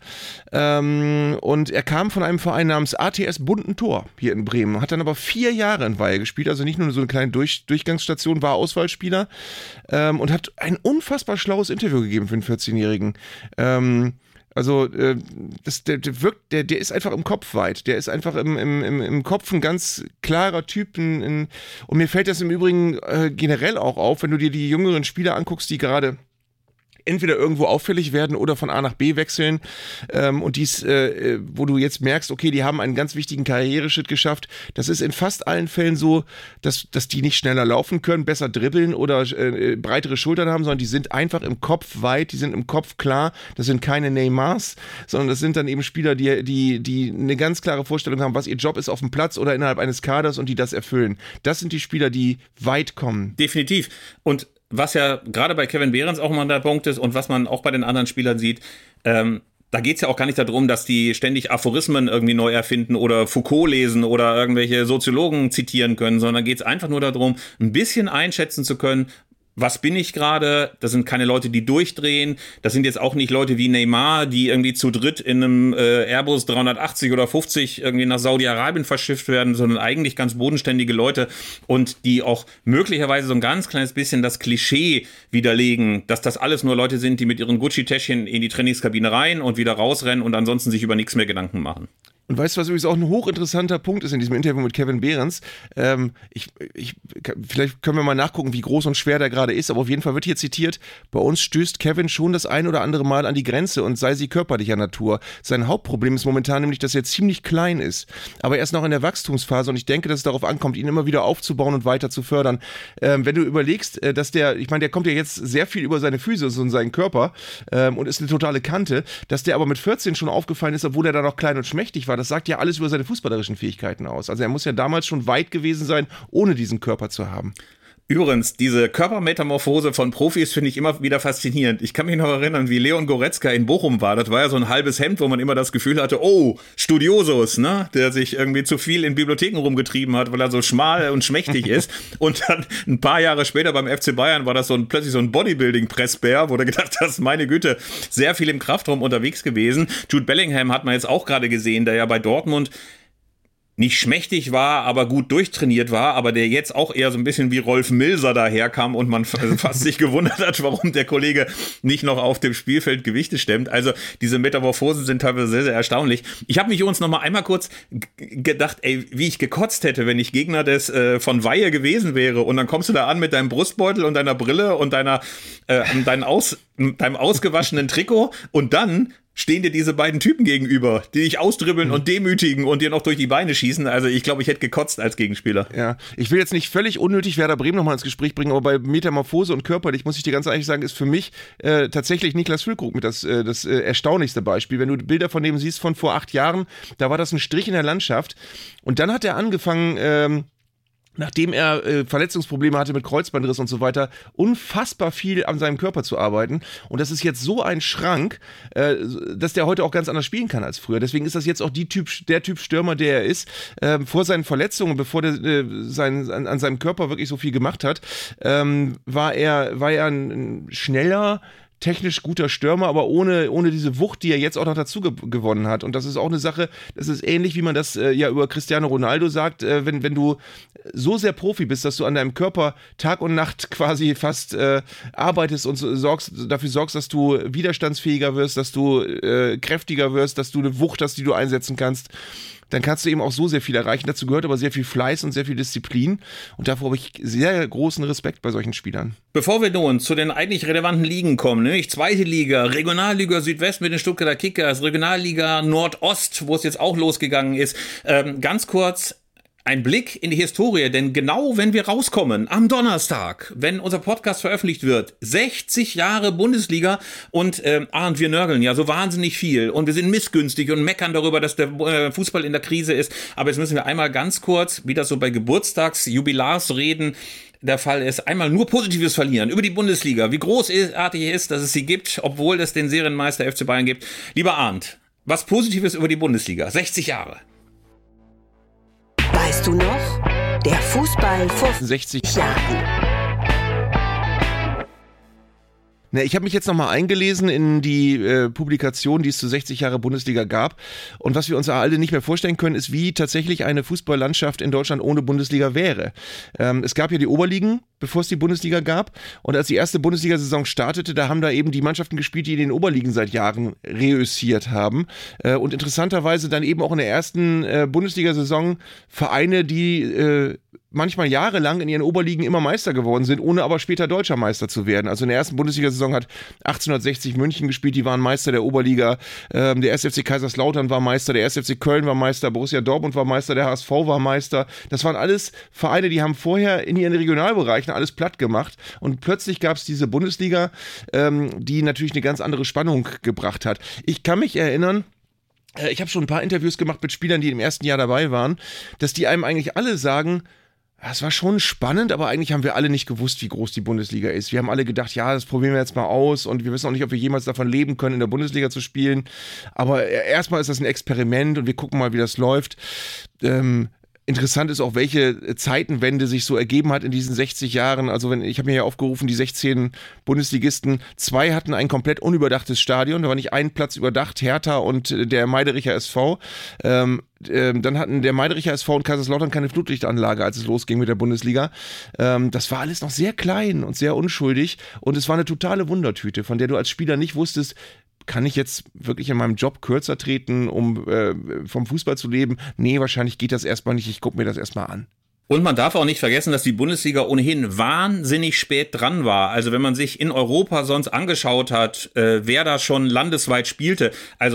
ähm, und er kam von einem Verein namens A T S Bunten Tor hier in Bremen, hat dann aber vier Jahre in Weihe gespielt, also nicht nur so eine kleine Durch- Durchgangsstation, war Auswahlspieler ähm, und hat ein unfassbar schlaues Interview gegeben für einen vierzehnjährigen. Ähm, also äh, das, der, der wirkt, der, der ist einfach im Kopf weit. Der ist einfach im, im, im, im Kopf ein ganz klarer Typ. In, in, und mir fällt das im Übrigen äh, generell auch auf, wenn du dir die jüngeren Spieler anguckst, die gerade entweder irgendwo auffällig werden oder von A nach B wechseln ähm, und dies, äh, wo du jetzt merkst, okay, die haben einen ganz wichtigen Karriereschritt geschafft. Das ist in fast allen Fällen so, dass, dass die nicht schneller laufen können, besser dribbeln oder äh, breitere Schultern haben, sondern die sind einfach im Kopf weit, die sind im Kopf klar. Das sind keine Neymars, sondern das sind dann eben Spieler, die, die, die eine ganz klare Vorstellung haben, was ihr Job ist auf dem Platz oder innerhalb eines Kaders und die das erfüllen. Das sind die Spieler, die weit kommen. Definitiv. Und was ja gerade bei Kevin Behrens auch mal der Punkt ist und was man auch bei den anderen Spielern sieht, ähm, da geht es ja auch gar nicht darum, dass die ständig Aphorismen irgendwie neu erfinden oder Foucault lesen oder irgendwelche Soziologen zitieren können, sondern geht es einfach nur darum, ein bisschen einschätzen zu können, was bin ich gerade? Das sind keine Leute, die durchdrehen. Das sind jetzt auch nicht Leute wie Neymar, die irgendwie zu dritt in einem äh, Airbus dreihundertachtzig oder fünfzig irgendwie nach Saudi-Arabien verschifft werden, sondern eigentlich ganz bodenständige Leute und die auch möglicherweise so ein ganz kleines bisschen das Klischee widerlegen, dass das alles nur Leute sind, die mit ihren Gucci-Täschchen in die Trainingskabine rein und wieder rausrennen und ansonsten sich über nichts mehr Gedanken machen. Und weißt du, was übrigens auch ein hochinteressanter Punkt ist in diesem Interview mit Kevin Behrens? Ähm, ich, ich, vielleicht können wir mal nachgucken, wie groß und schwer der gerade ist, aber auf jeden Fall wird hier zitiert, bei uns stößt Kevin schon das ein oder andere Mal an die Grenze und sei sie körperlicher Natur. Sein Hauptproblem ist momentan nämlich, dass er ziemlich klein ist, aber er ist noch in der Wachstumsphase und ich denke, dass es darauf ankommt, ihn immer wieder aufzubauen und weiter zu fördern. Ähm, wenn du überlegst, äh, dass der, ich meine, der kommt ja jetzt sehr viel über seine Physis und seinen Körper ähm, und ist eine totale Kante, dass der aber mit vierzehn schon aufgefallen ist, obwohl er da noch klein und schmächtig war. Das sagt ja alles über seine fußballerischen Fähigkeiten aus. Also er muss ja damals schon weit gewesen sein, ohne diesen Körper zu haben. Übrigens, diese Körpermetamorphose von Profis finde ich immer wieder faszinierend. Ich kann mich noch erinnern, wie Leon Goretzka in Bochum war. Das war ja so ein halbes Hemd, wo man immer das Gefühl hatte, oh, Studiosus, ne? Der sich irgendwie zu viel in Bibliotheken rumgetrieben hat, weil er so schmal und schmächtig ist. Und dann ein paar Jahre später beim F C Bayern war das so ein, plötzlich so ein Bodybuilding-Pressbär, wo du gedacht hast, meine Güte, sehr viel im Kraftraum unterwegs gewesen. Jude Bellingham hat man jetzt auch gerade gesehen, der ja bei Dortmund nicht schmächtig war, aber gut durchtrainiert war, aber der jetzt auch eher so ein bisschen wie Rolf Milser daherkam und man fast sich gewundert hat, warum der Kollege nicht noch auf dem Spielfeld Gewichte stemmt. Also diese Metamorphosen sind teilweise sehr, sehr erstaunlich. Ich habe mich übrigens noch mal einmal kurz g- gedacht, ey, wie ich gekotzt hätte, wenn ich Gegner des äh, von Weihe gewesen wäre und dann kommst du da an mit deinem Brustbeutel und deiner Brille und deiner äh, dein aus, deinem ausgewaschenen Trikot und dann stehen dir diese beiden Typen gegenüber, die dich ausdribbeln mhm. und demütigen und dir noch durch die Beine schießen. Also ich glaube, ich hätte gekotzt als Gegenspieler. Ja, ich will jetzt nicht völlig unnötig Werder Bremen nochmal ins Gespräch bringen, aber bei Metamorphose und körperlich, muss ich dir ganz ehrlich sagen, ist für mich äh, tatsächlich Niklas Füllkrug mit das, äh, das äh, erstaunlichste Beispiel. Wenn du Bilder von dem siehst von vor acht Jahren, da war das ein Strich in der Landschaft. Und dann hat er angefangen, ähm, nachdem er äh, Verletzungsprobleme hatte mit Kreuzbandriss und so weiter, unfassbar viel an seinem Körper zu arbeiten. Und das ist jetzt so ein Schrank, äh, dass der heute auch ganz anders spielen kann als früher. Deswegen ist das jetzt auch die Typ, der Typ Stürmer, der er ist. Ähm, vor seinen Verletzungen, bevor der äh, sein, an, an seinem Körper wirklich so viel gemacht hat, ähm, war er, war er ein, ein schneller, technisch guter Stürmer, aber ohne, ohne diese Wucht, die er jetzt auch noch dazu ge- gewonnen hat. Und das ist auch eine Sache, das ist ähnlich, wie man das äh, ja über Cristiano Ronaldo sagt, äh, wenn, wenn du so sehr Profi bist, dass du an deinem Körper Tag und Nacht quasi fast äh, arbeitest und so, sorgst, dafür sorgst, dass du widerstandsfähiger wirst, dass du äh, kräftiger wirst, dass du eine Wucht hast, die du einsetzen kannst, dann kannst du eben auch so sehr viel erreichen. Dazu gehört aber sehr viel Fleiß und sehr viel Disziplin. Und davor habe ich sehr großen Respekt bei solchen Spielern. Bevor wir nun zu den eigentlich relevanten Ligen kommen, nämlich zweite Liga, Regionalliga Südwest mit den Stuttgarter Kickers, Regionalliga Nordost, wo es jetzt auch losgegangen ist, ähm, ganz kurz ein Blick in die Historie, denn genau wenn wir rauskommen, am Donnerstag, wenn unser Podcast veröffentlicht wird, sechzig Jahre Bundesliga und äh, Arndt, wir nörgeln ja so wahnsinnig viel und wir sind missgünstig und meckern darüber, dass der äh, Fußball in der Krise ist, aber jetzt müssen wir einmal ganz kurz, wie das so bei Geburtstagsjubilarsreden der Fall ist, einmal nur Positives verlieren über die Bundesliga, wie großartig es ist, dass es sie gibt, obwohl es den Serienmeister F C Bayern gibt. Lieber Arndt, was Positives über die Bundesliga, sechzig Jahre. Weißt du noch? Der Fußball vor sechzig Jahren. Ne, ich habe mich jetzt nochmal eingelesen in die äh, Publikation, die es zu sechzig Jahre Bundesliga gab. Und was wir uns alle nicht mehr vorstellen können, ist, wie tatsächlich eine Fußballlandschaft in Deutschland ohne Bundesliga wäre. Ähm, es gab ja die Oberligen, bevor es die Bundesliga gab. Und als die erste Bundesliga-Saison startete, da haben da eben die Mannschaften gespielt, die in den Oberligen seit Jahren reüssiert haben. Äh, und interessanterweise dann eben auch in der ersten äh, Bundesliga-Saison Vereine, die äh, manchmal jahrelang in ihren Oberligen immer Meister geworden sind, ohne aber später Deutscher Meister zu werden. Also in der ersten Bundesliga-Saison hat achtzehnhundertsechzig München gespielt, die waren Meister der Oberliga. Ähm, der erste F C Kaiserslautern war Meister, der erste F C Köln war Meister, Borussia Dortmund war Meister, der H S V war Meister. Das waren alles Vereine, die haben vorher in ihren Regionalbereichen alles platt gemacht und plötzlich gab es diese Bundesliga, ähm, die natürlich eine ganz andere Spannung gebracht hat. Ich kann mich erinnern, ich habe schon ein paar Interviews gemacht mit Spielern, die im ersten Jahr dabei waren, dass die einem eigentlich alle sagen, es war schon spannend, aber eigentlich haben wir alle nicht gewusst, wie groß die Bundesliga ist. Wir haben alle gedacht, ja, das probieren wir jetzt mal aus und wir wissen auch nicht, ob wir jemals davon leben können, in der Bundesliga zu spielen. Aber erstmal ist das ein Experiment und wir gucken mal, wie das läuft. Ähm, Interessant ist auch, welche Zeitenwende sich so ergeben hat in diesen sechzig Jahren. Also wenn ich habe mir ja aufgerufen, die sechzehn Bundesligisten, zwei hatten ein komplett unüberdachtes Stadion, da war nicht ein Platz überdacht, Hertha und der Meidericher S V. Ähm, ähm, dann hatten der Meidericher S V und Kaiserslautern keine Flutlichtanlage, als es losging mit der Bundesliga. Ähm, das war alles noch sehr klein und sehr unschuldig und es war eine totale Wundertüte, von der du als Spieler nicht wusstest, kann ich jetzt wirklich in meinem Job kürzer treten, um äh, vom Fußball zu leben? Nee, wahrscheinlich geht das erstmal nicht. Ich gucke mir das erstmal an. Und man darf auch nicht vergessen, dass die Bundesliga ohnehin wahnsinnig spät dran war. Also wenn man sich in Europa sonst angeschaut hat, äh, wer da schon landesweit spielte, also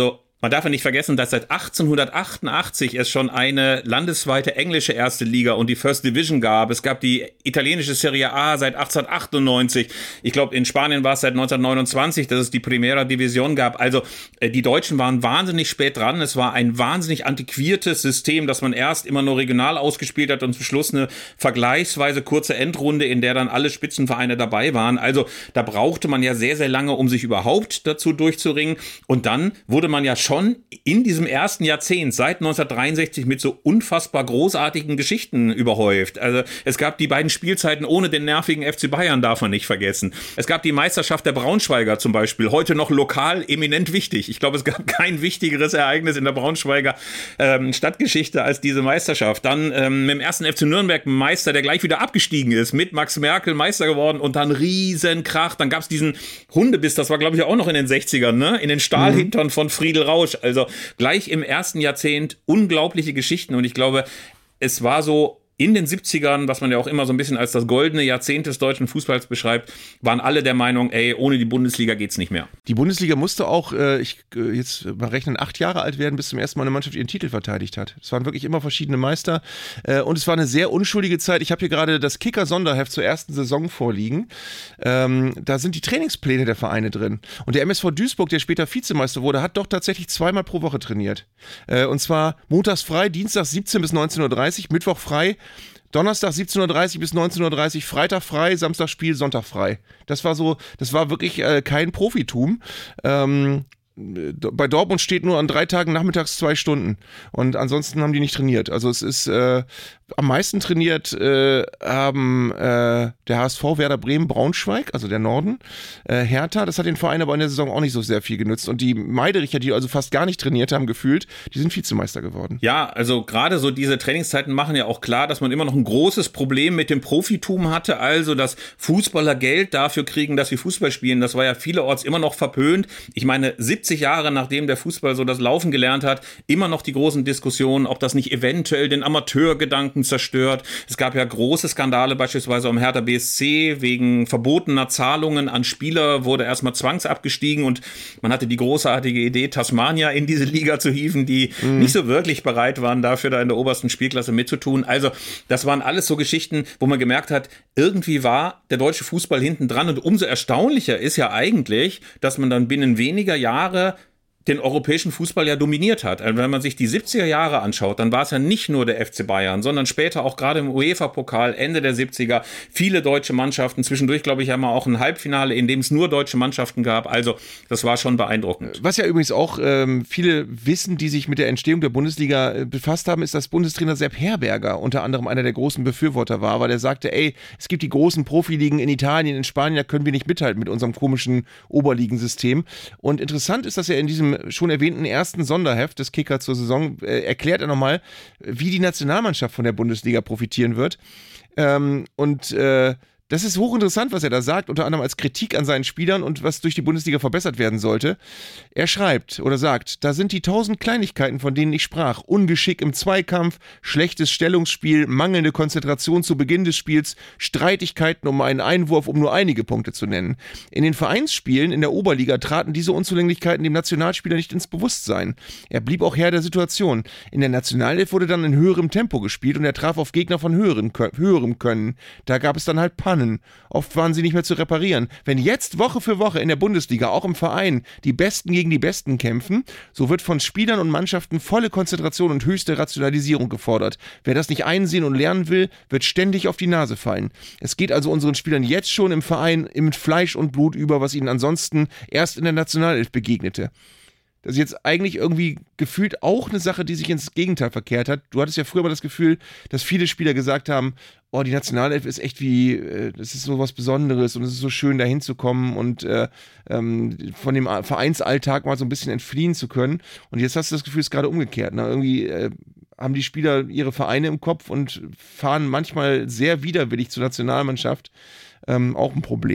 Man darf ja nicht vergessen, dass seit achtzehnhundertachtundachtzig es schon eine landesweite englische erste Liga und die First Division gab. Es gab die italienische Serie A seit achtzehnhundertachtundneunzig. Ich glaube, in Spanien war es seit neunzehnhundertneunundzwanzig, dass es die Primera Division gab. Also äh, die Deutschen waren wahnsinnig spät dran. Es war ein wahnsinnig antiquiertes System, dass man erst immer nur regional ausgespielt hat und zum Schluss eine vergleichsweise kurze Endrunde, in der dann alle Spitzenvereine dabei waren. Also da brauchte man ja sehr, sehr lange, um sich überhaupt dazu durchzuringen. Und dann wurde man ja schon schon in diesem ersten Jahrzehnt, seit neunzehnhundertdreiundsechzig, mit so unfassbar großartigen Geschichten überhäuft. Also es gab die beiden Spielzeiten ohne den nervigen F C Bayern, darf man nicht vergessen. Es gab die Meisterschaft der Braunschweiger zum Beispiel, heute noch lokal eminent wichtig. Ich glaube, es gab kein wichtigeres Ereignis in der Braunschweiger ähm, Stadtgeschichte als diese Meisterschaft. Dann ähm, mit dem ersten F C Nürnberg Meister, der gleich wieder abgestiegen ist, mit Max Merkel Meister geworden und dann Riesenkrach. Dann gab es diesen Hundebiss, das war glaube ich auch noch in den sechzigern, ne? In den Stahlhintern mhm. von Friedel Rausch. Also gleich im ersten Jahrzehnt unglaubliche Geschichten und ich glaube, es war so in den siebzigern, was man ja auch immer so ein bisschen als das goldene Jahrzehnt des deutschen Fußballs beschreibt, waren alle der Meinung, ey, ohne die Bundesliga geht's nicht mehr. Die Bundesliga musste auch, äh, ich äh, jetzt mal rechnen, acht Jahre alt werden, bis zum ersten Mal eine Mannschaft ihren Titel verteidigt hat. Es waren wirklich immer verschiedene Meister äh, und es war eine sehr unschuldige Zeit. Ich habe hier gerade das Kicker-Sonderheft zur ersten Saison vorliegen. Ähm, da sind die Trainingspläne der Vereine drin. Und der M S V Duisburg, der später Vizemeister wurde, hat doch tatsächlich zweimal pro Woche trainiert. Äh, und zwar montags frei, dienstags siebzehn bis neunzehn Uhr dreißig, Mittwoch frei, Donnerstag siebzehn Uhr dreißig bis neunzehn Uhr dreißig, Freitag frei, Samstag Spiel, Sonntag frei. Das war so, das war wirklich äh, kein Profitum. Ähm, bei Dortmund steht nur an drei Tagen nachmittags zwei Stunden und ansonsten haben die nicht trainiert. Also es ist äh, am meisten trainiert äh, haben äh, der H S V, Werder Bremen, Braunschweig, also der Norden, äh, Hertha. Das hat den Verein aber in der Saison auch nicht so sehr viel genützt und die Meidericher, die also fast gar nicht trainiert haben, gefühlt, die sind Vizemeister geworden. Ja, also gerade so diese Trainingszeiten machen ja auch klar, dass man immer noch ein großes Problem mit dem Profitum hatte, also dass Fußballer Geld dafür kriegen, dass sie Fußball spielen. Das war ja vielerorts immer noch verpönt. Ich meine, siebzig Jahre nachdem der Fußball so das Laufen gelernt hat, immer noch die großen Diskussionen, ob das nicht eventuell den Amateurgedanken zerstört. Es gab ja große Skandale, beispielsweise um Hertha B S C, wegen verbotener Zahlungen an Spieler wurde erstmal zwangsabgestiegen und man hatte die großartige Idee, Tasmania in diese Liga zu hieven, die mhm. nicht so wirklich bereit waren, dafür da in der obersten Spielklasse mitzutun. Also das waren alles so Geschichten, wo man gemerkt hat, irgendwie war der deutsche Fußball hinten dran und umso erstaunlicher ist ja eigentlich, dass man dann binnen weniger Jahre den europäischen Fußball ja dominiert hat. Also wenn man sich die siebziger Jahre anschaut, dann war es ja nicht nur der F C Bayern, sondern später auch gerade im UEFA-Pokal, Ende der siebziger, viele deutsche Mannschaften. Zwischendurch, glaube ich, haben wir auch ein Halbfinale, in dem es nur deutsche Mannschaften gab. Also das war schon beeindruckend. Was ja übrigens auch ähm, viele wissen, die sich mit der Entstehung der Bundesliga äh, befasst haben, ist, dass Bundestrainer Sepp Herberger unter anderem einer der großen Befürworter war, weil er sagte, ey, es gibt die großen Profiligen in Italien, in Spanien, da können wir nicht mithalten mit unserem komischen Oberligensystem. Und interessant ist, dass er in diesem schon erwähnten ersten Sonderheft des Kicker zur Saison äh, erklärt er nochmal, wie die Nationalmannschaft von der Bundesliga profitieren wird. Ähm, und äh, das ist hochinteressant, was er da sagt, unter anderem als Kritik an seinen Spielern und was durch die Bundesliga verbessert werden sollte. Er schreibt oder sagt, da sind die tausend Kleinigkeiten, von denen ich sprach. Ungeschick im Zweikampf, schlechtes Stellungsspiel, mangelnde Konzentration zu Beginn des Spiels, Streitigkeiten um einen Einwurf, um nur einige Punkte zu nennen. In den Vereinsspielen in der Oberliga traten diese Unzulänglichkeiten dem Nationalspieler nicht ins Bewusstsein. Er blieb auch Herr der Situation. In der Nationalelf wurde dann in höherem Tempo gespielt und er traf auf Gegner von höheren, höherem Können. Da gab es dann halt Pannen. Oft waren sie nicht mehr zu reparieren. Wenn jetzt Woche für Woche in der Bundesliga, auch im Verein, die Besten gegen die Besten kämpfen, so wird von Spielern und Mannschaften volle Konzentration und höchste Rationalisierung gefordert. Wer das nicht einsehen und lernen will, wird ständig auf die Nase fallen. Es geht also unseren Spielern jetzt schon im Verein mit Fleisch und Blut über, was ihnen ansonsten erst in der Nationalelf begegnete. Das ist jetzt eigentlich irgendwie gefühlt auch eine Sache, die sich ins Gegenteil verkehrt hat. Du hattest ja früher mal das Gefühl, dass viele Spieler gesagt haben, oh, die Nationalelf ist echt wie, äh, das ist so was Besonderes und es ist so schön, da hinzukommen und äh, ähm, von dem Vereinsalltag mal so ein bisschen entfliehen zu können. Und jetzt hast du das Gefühl, es ist gerade umgekehrt. Ne? Irgendwie äh, haben die Spieler ihre Vereine im Kopf und fahren manchmal sehr widerwillig zur Nationalmannschaft. Ähm, auch ein Problem.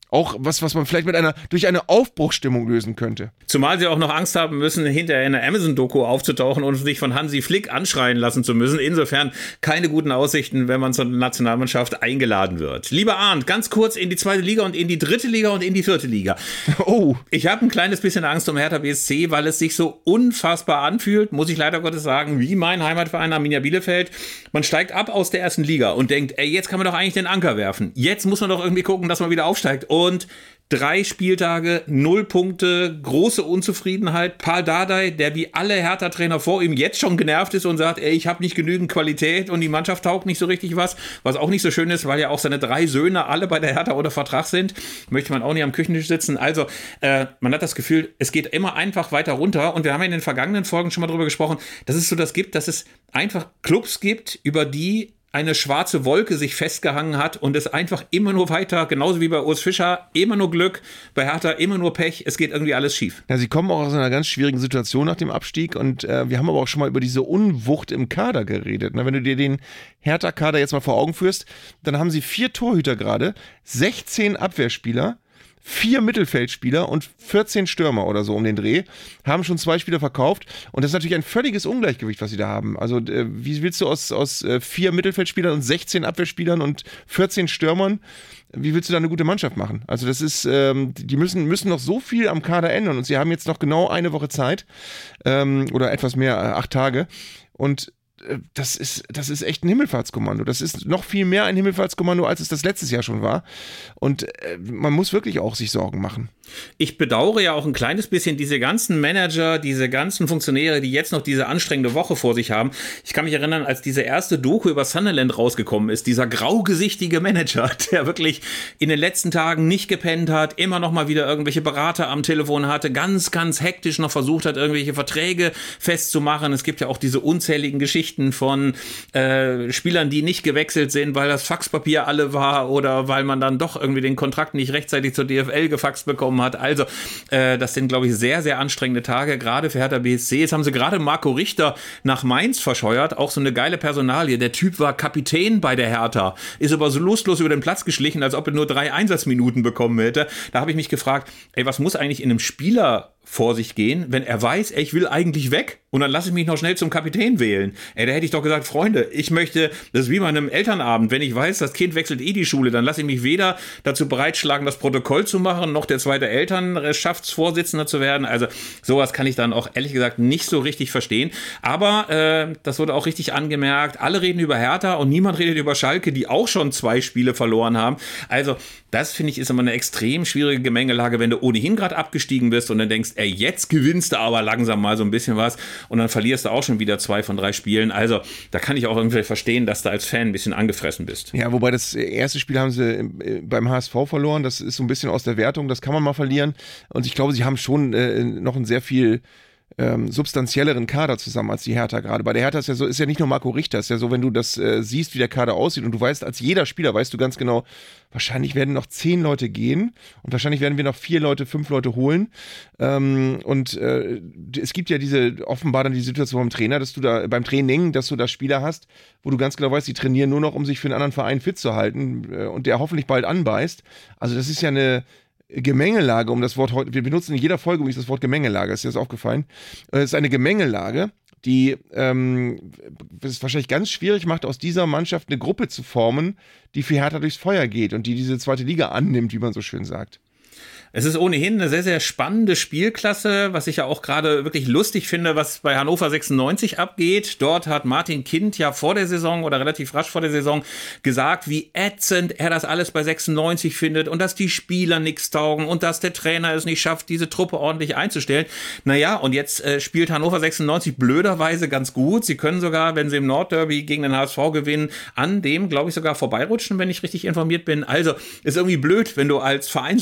Auch was, was man vielleicht mit einer, durch eine Aufbruchsstimmung lösen könnte. Zumal sie auch noch Angst haben müssen, hinterher in der Amazon-Doku aufzutauchen und sich von Hansi Flick anschreien lassen zu müssen. Insofern keine guten Aussichten, wenn man zur Nationalmannschaft eingeladen wird. Lieber Arndt, ganz kurz in die zweite Liga und in die dritte Liga und in die vierte Liga. Oh. Ich habe ein kleines bisschen Angst um Hertha B S C, weil es sich so unfassbar anfühlt, muss ich leider Gottes sagen, wie mein Heimatverein Arminia Bielefeld. Man steigt ab aus der ersten Liga und denkt, ey, jetzt kann man doch eigentlich den Anker werfen. Jetzt muss man doch irgendwie gucken, dass man wieder aufsteigt. Und drei Spieltage, null Punkte, große Unzufriedenheit. Paul Dardai, der wie alle Hertha-Trainer vor ihm jetzt schon genervt ist und sagt, ey, ich habe nicht genügend Qualität und die Mannschaft taugt nicht so richtig was. Was auch nicht so schön ist, weil ja auch seine drei Söhne alle bei der Hertha unter Vertrag sind. Möchte man auch nicht am Küchentisch sitzen. Also, äh, man hat das Gefühl, es geht immer einfach weiter runter. Und wir haben ja in den vergangenen Folgen schon mal drüber gesprochen, dass es so das gibt, dass es einfach Clubs gibt, über die eine schwarze Wolke sich festgehangen hat und es einfach immer nur weiter, genauso wie bei Urs Fischer, immer nur Glück, bei Hertha immer nur Pech, es geht irgendwie alles schief. Ja, sie kommen auch aus einer ganz schwierigen Situation nach dem Abstieg und äh, wir haben aber auch schon mal über diese Unwucht im Kader geredet. Na, wenn du dir den Hertha-Kader jetzt mal vor Augen führst, dann haben sie vier Torhüter gerade, sechzehn Abwehrspieler, vier Mittelfeldspieler und vierzehn Stürmer oder so um den Dreh, haben schon zwei Spieler verkauft und das ist natürlich ein völliges Ungleichgewicht, was sie da haben. Also äh, wie willst du aus, aus äh, vier Mittelfeldspielern und sechzehn Abwehrspielern und vierzehn Stürmern, wie willst du da eine gute Mannschaft machen? Also das ist, ähm, die müssen, müssen noch so viel am Kader ändern und sie haben jetzt noch genau eine Woche Zeit ähm, oder etwas mehr, äh, acht Tage und Das ist, das ist echt ein Himmelfahrtskommando. Das ist noch viel mehr ein Himmelfahrtskommando, als es das letztes Jahr schon war. Und äh, man muss wirklich auch sich Sorgen machen. Ich bedauere ja auch ein kleines bisschen diese ganzen Manager, diese ganzen Funktionäre, die jetzt noch diese anstrengende Woche vor sich haben. Ich kann mich erinnern, als diese erste Doku über Sunderland rausgekommen ist, dieser graugesichtige Manager, der wirklich in den letzten Tagen nicht gepennt hat, immer noch mal wieder irgendwelche Berater am Telefon hatte, ganz, ganz hektisch noch versucht hat, irgendwelche Verträge festzumachen. Es gibt ja auch diese unzähligen Geschichten von äh, Spielern, die nicht gewechselt sind, weil das Faxpapier alle war oder weil man dann doch irgendwie den Kontrakt nicht rechtzeitig zur D F L gefaxt bekommen hat. Also äh, das sind, glaube ich, sehr, sehr anstrengende Tage, gerade für Hertha B S C. Jetzt haben sie gerade Marco Richter nach Mainz verscheuert, auch so eine geile Personalie. Der Typ war Kapitän bei der Hertha, ist aber so lustlos über den Platz geschlichen, als ob er nur drei Einsatzminuten bekommen hätte. Da habe ich mich gefragt, ey, was muss eigentlich in einem Spieler vor sich gehen, wenn er weiß, ey, ich will eigentlich weg und dann lasse ich mich noch schnell zum Kapitän wählen. Ey, da hätte ich doch gesagt, Freunde, ich möchte, das ist wie bei einem Elternabend, wenn ich weiß, das Kind wechselt eh die Schule, dann lasse ich mich weder dazu bereitschlagen, das Protokoll zu machen, noch der zweite Elternschaftsvorsitzender zu werden. Also sowas kann ich dann auch ehrlich gesagt nicht so richtig verstehen. Aber äh, das wurde auch richtig angemerkt, alle reden über Hertha und niemand redet über Schalke, die auch schon zwei Spiele verloren haben. Also das, finde ich, ist immer eine extrem schwierige Gemengelage, wenn du ohnehin gerade abgestiegen bist und dann denkst, ey, jetzt gewinnst du aber langsam mal so ein bisschen was und dann verlierst du auch schon wieder zwei von drei Spielen. Also da kann ich auch irgendwie verstehen, dass du als Fan ein bisschen angefressen bist. Ja, wobei das erste Spiel haben sie beim H S V verloren. Das ist so ein bisschen aus der Wertung. Das kann man mal verlieren. Und ich glaube, sie haben schon äh, noch ein sehr viel ähm, substanzielleren Kader zusammen als die Hertha gerade. Bei der Hertha ist ja so, ist ja nicht nur Marco Richter, ist ja so, wenn du das äh, siehst, wie der Kader aussieht und du weißt, als jeder Spieler weißt du ganz genau, wahrscheinlich werden noch zehn Leute gehen und wahrscheinlich werden wir noch vier Leute, fünf Leute holen. Ähm, und äh, es gibt ja diese, offenbar dann die Situation beim Trainer, dass du da beim Training, dass du da Spieler hast, wo du ganz genau weißt, die trainieren nur noch, um sich für einen anderen Verein fit zu halten äh, und der hoffentlich bald anbeißt. Also das ist ja eine Gemengelage, um das Wort heute, wir benutzen in jeder Folge übrigens das Wort Gemengelage, ist dir das aufgefallen? Es ist eine Gemengelage, die ähm, es wahrscheinlich ganz schwierig macht, aus dieser Mannschaft eine Gruppe zu formen, die für Hertha durchs Feuer geht und die diese zweite Liga annimmt, wie man so schön sagt. Es ist ohnehin eine sehr, sehr spannende Spielklasse, was ich ja auch gerade wirklich lustig finde, was bei Hannover sechsundneunzig abgeht. Dort hat Martin Kind ja vor der Saison oder relativ rasch vor der Saison gesagt, wie ätzend er das alles bei sechsundneunzig findet und dass die Spieler nichts taugen und dass der Trainer es nicht schafft, diese Truppe ordentlich einzustellen. Naja, und jetzt äh, spielt Hannover sechsundneunzig blöderweise ganz gut. Sie können sogar, wenn sie im Nordderby gegen den H S V gewinnen, an dem, glaube ich, sogar vorbeirutschen, wenn ich richtig informiert bin. Also ist irgendwie blöd, wenn du als Vereinsboss sagst,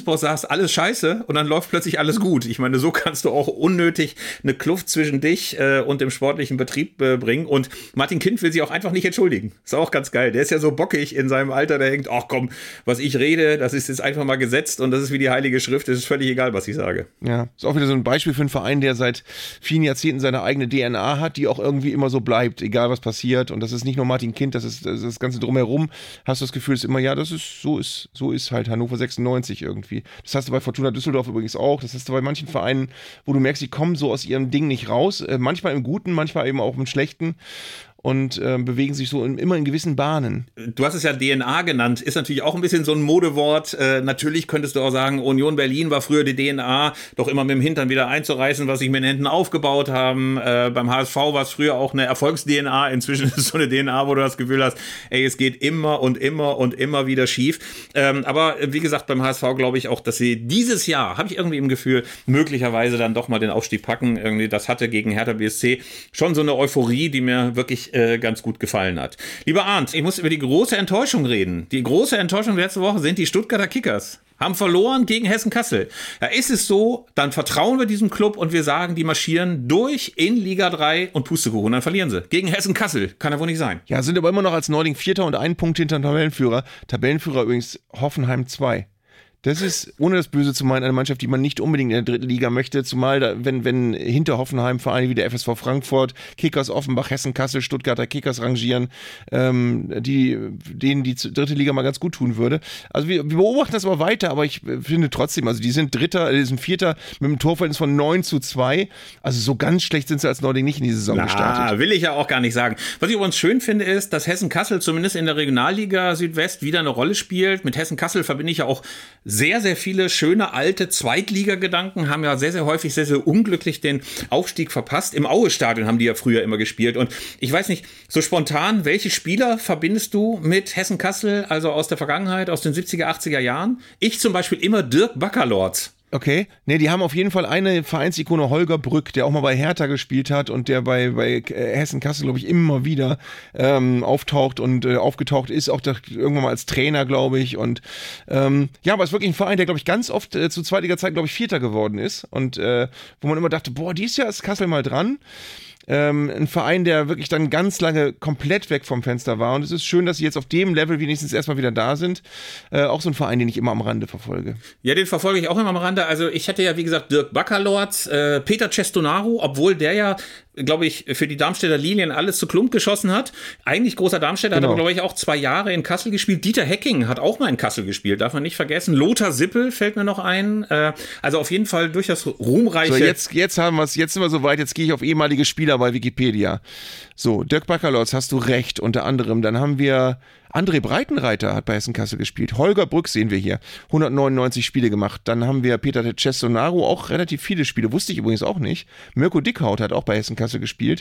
machst alles scheiße und dann läuft plötzlich alles gut. Ich meine, so kannst du auch unnötig eine Kluft zwischen dich äh, und dem sportlichen Betrieb äh, bringen. Und Martin Kind will sich auch einfach nicht entschuldigen. Ist auch ganz geil. Der ist ja so bockig in seinem Alter, der denkt, ach komm, was ich rede, das ist jetzt einfach mal gesetzt und das ist wie die Heilige Schrift. Es ist völlig egal, was ich sage. Ja, ist auch wieder so ein Beispiel für einen Verein, der seit vielen Jahrzehnten seine eigene D N A hat, die auch irgendwie immer so bleibt, egal was passiert. Und das ist nicht nur Martin Kind, das ist das, ist das Ganze drumherum. Hast du das Gefühl, es ist immer, ja, das ist so ist so ist halt Hannover sechsundneunzig irgendwie. Das hast du bei Fortuna Düsseldorf übrigens auch. Das hast du bei manchen Vereinen, wo du merkst, sie kommen so aus ihrem Ding nicht raus. Äh, manchmal im Guten, manchmal eben auch im Schlechten. Und äh, bewegen sich so in, immer in gewissen Bahnen. Du hast es ja D N A genannt, ist natürlich auch ein bisschen so ein Modewort. Äh, natürlich könntest du auch sagen, Union Berlin war früher die D N A, doch immer mit dem Hintern wieder einzureißen, was sich mit den Händen aufgebaut haben. Äh, beim H S V war es früher auch eine Erfolgs-D N A, inzwischen ist es so eine D N A, wo du das Gefühl hast, ey, es geht immer und immer und immer wieder schief. Ähm, aber wie gesagt, beim H S V glaube ich auch, dass sie dieses Jahr, habe ich irgendwie im Gefühl, möglicherweise dann doch mal den Aufstieg packen. Irgendwie, das hatte gegen Hertha B S C schon so eine Euphorie, die mir wirklich ganz gut gefallen hat. Lieber Arndt, ich muss über die große Enttäuschung reden. Die große Enttäuschung letzte Woche sind die Stuttgarter Kickers. Haben verloren gegen Hessen-Kassel. Ja, ist es so, dann vertrauen wir diesem Club und wir sagen, die marschieren durch in Liga drei und Pustekuchen, dann verlieren sie. Gegen Hessen-Kassel. Kann ja wohl nicht sein. Ja, sind aber immer noch als Neuling Vierter und einen Punkt hinter dem Tabellenführer. Tabellenführer übrigens Hoffenheim zwei. Das ist, ohne das Böse zu meinen, eine Mannschaft, die man nicht unbedingt in der dritten Liga möchte, zumal da, wenn, wenn hinter Hoffenheim Vereine wie der F S V Frankfurt, Kickers Offenbach, Hessen, Kassel, Stuttgarter Kickers rangieren, ähm, die, denen die dritte Liga mal ganz gut tun würde. Also wir, wir beobachten das aber weiter, aber ich finde trotzdem, also die sind Dritter, die sind Vierter mit einem Torverhältnis von neun zu zwei, also so ganz schlecht sind sie als Neuling nicht in die Saison Na, gestartet. Will ich ja auch gar nicht sagen. Was ich übrigens schön finde, ist, dass Hessen-Kassel zumindest in der Regionalliga Südwest wieder eine Rolle spielt. Mit Hessen-Kassel verbinde ich ja auch sehr, sehr viele schöne alte Zweitliga-Gedanken, haben ja sehr, sehr häufig sehr, sehr unglücklich den Aufstieg verpasst. Im Aue-Stadion haben die ja früher immer gespielt. Und ich weiß nicht, so spontan, welche Spieler verbindest du mit Hessen-Kassel, also aus der Vergangenheit, aus den siebziger, achtziger Jahren? Ich zum Beispiel immer Dirk Baccalords. Okay, ne, die haben auf jeden Fall eine Vereinsikone, Holger Brück, der auch mal bei Hertha gespielt hat und der bei, bei Hessen-Kassel, glaube ich, immer wieder ähm, auftaucht und äh, aufgetaucht ist, auch da, irgendwann mal als Trainer, glaube ich. Und ähm, ja, aber es ist wirklich ein Verein, der, glaube ich, ganz oft äh, zu Zweitliga-Zeit, glaube ich, Vierter geworden ist und äh, wo man immer dachte, boah, dieses Jahr ist Kassel mal dran. Ähm, ein Verein, der wirklich dann ganz lange komplett weg vom Fenster war. Und es ist schön, dass sie jetzt auf dem Level wenigstens erstmal wieder da sind. Äh, auch so ein Verein, den ich immer am Rande verfolge. Ja, den verfolge ich auch immer am Rande. Also ich hatte ja, wie gesagt, Dirk Baccalords, äh, Peter Cestonaro, obwohl der ja, glaube ich, für die Darmstädter Lilien alles zu Klump geschossen hat. Eigentlich großer Darmstädter, genau. Hat aber, glaube ich, auch zwei Jahre in Kassel gespielt. Dieter Hecking hat auch mal in Kassel gespielt, darf man nicht vergessen. Lothar Sippel fällt mir noch ein. Äh, also auf jeden Fall durchaus ruhmreiche... So, jetzt, jetzt haben wir es, jetzt sind wir soweit, jetzt gehe ich auf ehemalige Spieler bei Wikipedia. So, Dirk Baccalords, hast du recht, unter anderem. Dann haben wir André Breitenreiter, hat bei Hessen-Kassel gespielt. Holger Brück sehen wir hier, hundertneunundneunzig Spiele gemacht. Dann haben wir Peter Cestonaro, auch relativ viele Spiele, wusste ich übrigens auch nicht. Mirko Dickhaut hat auch bei Hessen-Kassel gespielt.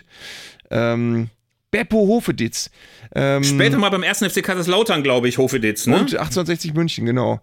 Ähm, Beppo Hofeditz. Ähm, Später mal beim ersten F C Kaiserslautern, glaube ich, Hofeditz, ne? Und achtzehnhundertsechzig München, genau.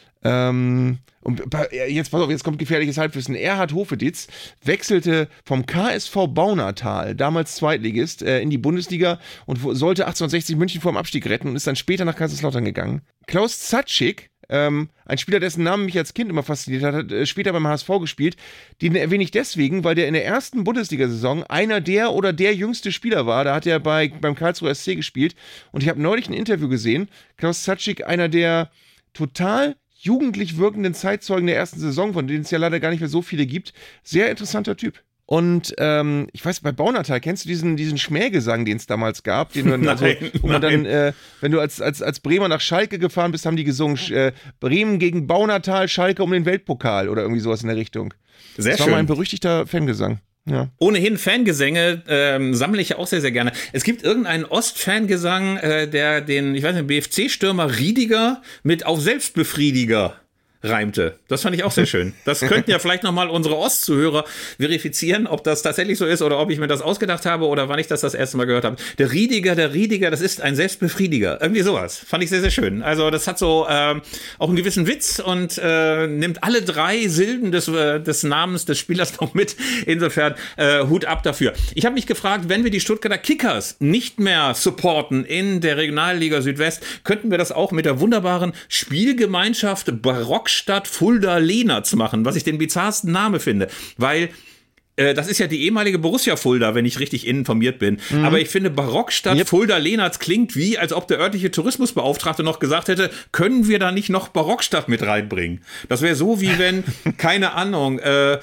Ähm, und jetzt, pass auf, jetzt kommt gefährliches Halbwissen. Erhard Hofeditz wechselte vom K S V Baunatal, damals Zweitligist, äh, in die Bundesliga und sollte achtzehnhundertsechzig München vor dem Abstieg retten und ist dann später nach Kaiserslautern gegangen. Klaus Zatschik, ähm, ein Spieler, dessen Namen mich als Kind immer fasziniert hat, hat äh, später beim H S V gespielt. Den erwähne ich deswegen, weil der in der ersten Bundesliga-Saison einer der oder der jüngste Spieler war. Da hat er bei, beim Karlsruher S C gespielt und ich habe neulich ein Interview gesehen. Klaus Zatschik, einer der total jugendlich wirkenden Zeitzeugen der ersten Saison, von denen es ja leider gar nicht mehr so viele gibt. Sehr interessanter Typ. Und ähm, ich weiß, bei Baunatal, kennst du diesen, diesen Schmähgesang, den es damals gab? Den man, also, nein, wo man dann, äh, wenn du als, als, als Bremer nach Schalke gefahren bist, haben die gesungen, äh, Bremen gegen Baunatal, Schalke um den Weltpokal oder irgendwie sowas in der Richtung. Sehr das schön. war mal ein berüchtigter Fangesang. Ja. Ohnehin Fangesänge ähm, sammle ich ja auch sehr, sehr gerne. Es gibt irgendeinen Ost-Fangesang, äh, der den, ich weiß nicht, B F C-Stürmer Riediger mit auf Selbstbefriediger reimte. Das fand ich auch sehr schön. Das könnten ja vielleicht nochmal unsere Ostzuhörer verifizieren, ob das tatsächlich so ist oder ob ich mir das ausgedacht habe oder wann ich das das erste Mal gehört habe. Der Riediger, der Riediger, das ist ein Selbstbefriediger. Irgendwie sowas. Fand ich sehr, sehr schön. Also das hat so ähm, auch einen gewissen Witz und äh, nimmt alle drei Silben des, äh, des Namens des Spielers noch mit. Insofern äh, Hut ab dafür. Ich habe mich gefragt, wenn wir die Stuttgarter Kickers nicht mehr supporten in der Regionalliga Südwest, könnten wir das auch mit der wunderbaren Spielgemeinschaft Barock Barockstadt Fulda-Lehnertz machen, was ich den bizarrsten Namen finde, weil das ist ja die ehemalige Borussia Fulda, wenn ich richtig informiert bin. Mhm. Aber ich finde, Barockstadt yep. Fulda-Lehnertz klingt wie, als ob der örtliche Tourismusbeauftragte noch gesagt hätte, können wir da nicht noch Barockstadt mit reinbringen? Das wäre so, wie wenn, keine Ahnung, äh,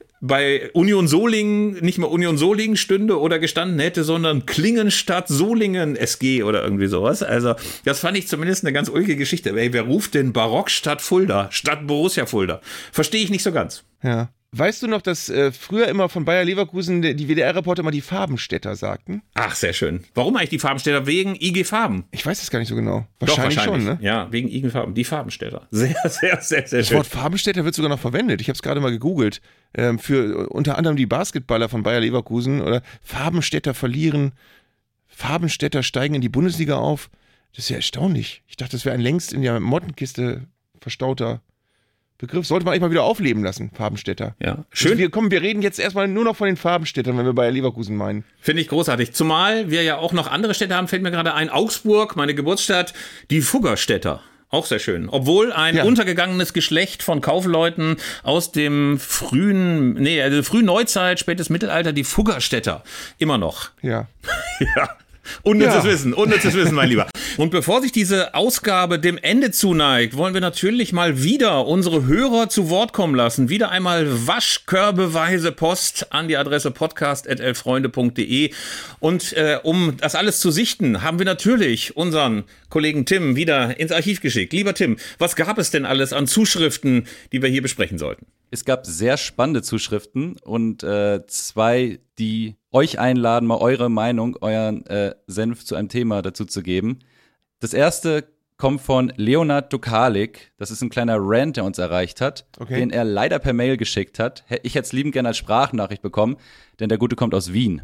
bei Union Solingen nicht mal Union Solingen stünde oder gestanden hätte, sondern Klingenstadt Solingen S G oder irgendwie sowas. Also das fand ich zumindest eine ganz ulkige Geschichte. Ey, wer ruft denn Barockstadt Fulda, Stadt Borussia Fulda? Verstehe ich nicht so ganz. Ja. Weißt du noch, dass äh, früher immer von Bayer Leverkusen die W D R-Reporter immer die Farbenstädter sagten? Ach, sehr schön. Warum eigentlich die Farbenstädter? Wegen I G Farben. Ich weiß es gar nicht so genau. Wahrscheinlich, Doch, wahrscheinlich schon, ne? Ja, wegen I G Farben. Die Farbenstädter. Sehr, sehr, sehr, sehr das schön. Das Wort Farbenstädter wird sogar noch verwendet. Ich habe es gerade mal gegoogelt. Ähm, für unter anderem die Basketballer von Bayer Leverkusen oder Farbenstädter verlieren, Farbenstädter steigen in die Bundesliga auf. Das ist ja erstaunlich. Ich dachte, das wäre ein längst in der Mottenkiste verstauter Begriff. Sollte man eigentlich mal wieder aufleben lassen, Farbenstädter. Ja, schön. Also wir, komm, wir reden jetzt erstmal nur noch von den Farbenstädtern, wenn wir Bayer Leverkusen meinen. Finde ich großartig. Zumal wir ja auch noch andere Städte haben, fällt mir gerade ein. Augsburg, meine Geburtsstadt, die Fuggerstädter. Auch sehr schön. Obwohl ein ja. untergegangenes Geschlecht von Kaufleuten aus dem frühen, nee, also frühen Neuzeit, spätes Mittelalter, die Fuggerstädter. Immer noch. Ja. ja. Unnützes ja. Wissen, unnützes Wissen, mein Lieber. Und bevor sich diese Ausgabe dem Ende zuneigt, wollen wir natürlich mal wieder unsere Hörer zu Wort kommen lassen. Wieder einmal waschkörbeweise Post an die Adresse podcast at elffreunde punkt de. Und äh, um das alles zu sichten, haben wir natürlich unseren Kollegen Tim wieder ins Archiv geschickt. Lieber Tim, was gab es denn alles an Zuschriften, die wir hier besprechen sollten? Es gab sehr spannende Zuschriften und äh, zwei, die euch einladen, mal eure Meinung, euren äh, Senf zu einem Thema dazu zu geben. Das erste kommt von Leonard Dukalik. Das ist ein kleiner Rant, der uns erreicht hat, okay. den er leider per Mail geschickt hat. Ich hätte es liebend gerne als Sprachnachricht bekommen, denn der Gute kommt aus Wien.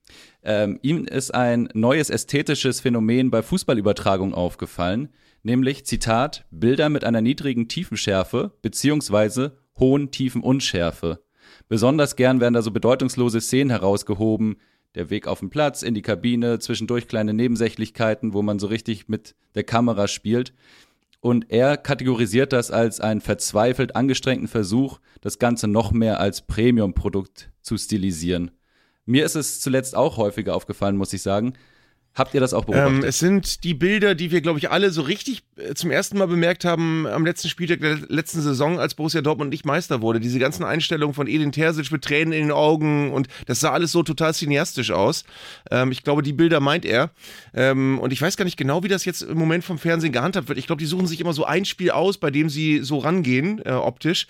Ähm, ihm ist ein neues ästhetisches Phänomen bei Fußballübertragungen aufgefallen, nämlich, Zitat, Bilder mit einer niedrigen Tiefenschärfe beziehungsweise hohen Tiefenunschärfe. Besonders gern werden da so bedeutungslose Szenen herausgehoben, der Weg auf den Platz, in die Kabine, zwischendurch kleine Nebensächlichkeiten, wo man so richtig mit der Kamera spielt. Und er kategorisiert das als einen verzweifelt angestrengten Versuch, das Ganze noch mehr als Premium-Produkt zu stilisieren. Mir ist es zuletzt auch häufiger aufgefallen, muss ich sagen. Habt ihr das auch beobachtet? Ähm, es sind die Bilder, die wir, glaube ich, alle so richtig äh, zum ersten Mal bemerkt haben am letzten Spieltag der letzten Saison, als Borussia Dortmund nicht Meister wurde. Diese ganzen Einstellungen von Edin Terzic mit Tränen in den Augen und das sah alles so total cineastisch aus. Ähm, ich glaube, die Bilder meint er. Ähm, und ich weiß gar nicht genau, wie das jetzt im Moment vom Fernsehen gehandhabt wird. Ich glaube, die suchen sich immer so ein Spiel aus, bei dem sie so rangehen, äh, optisch.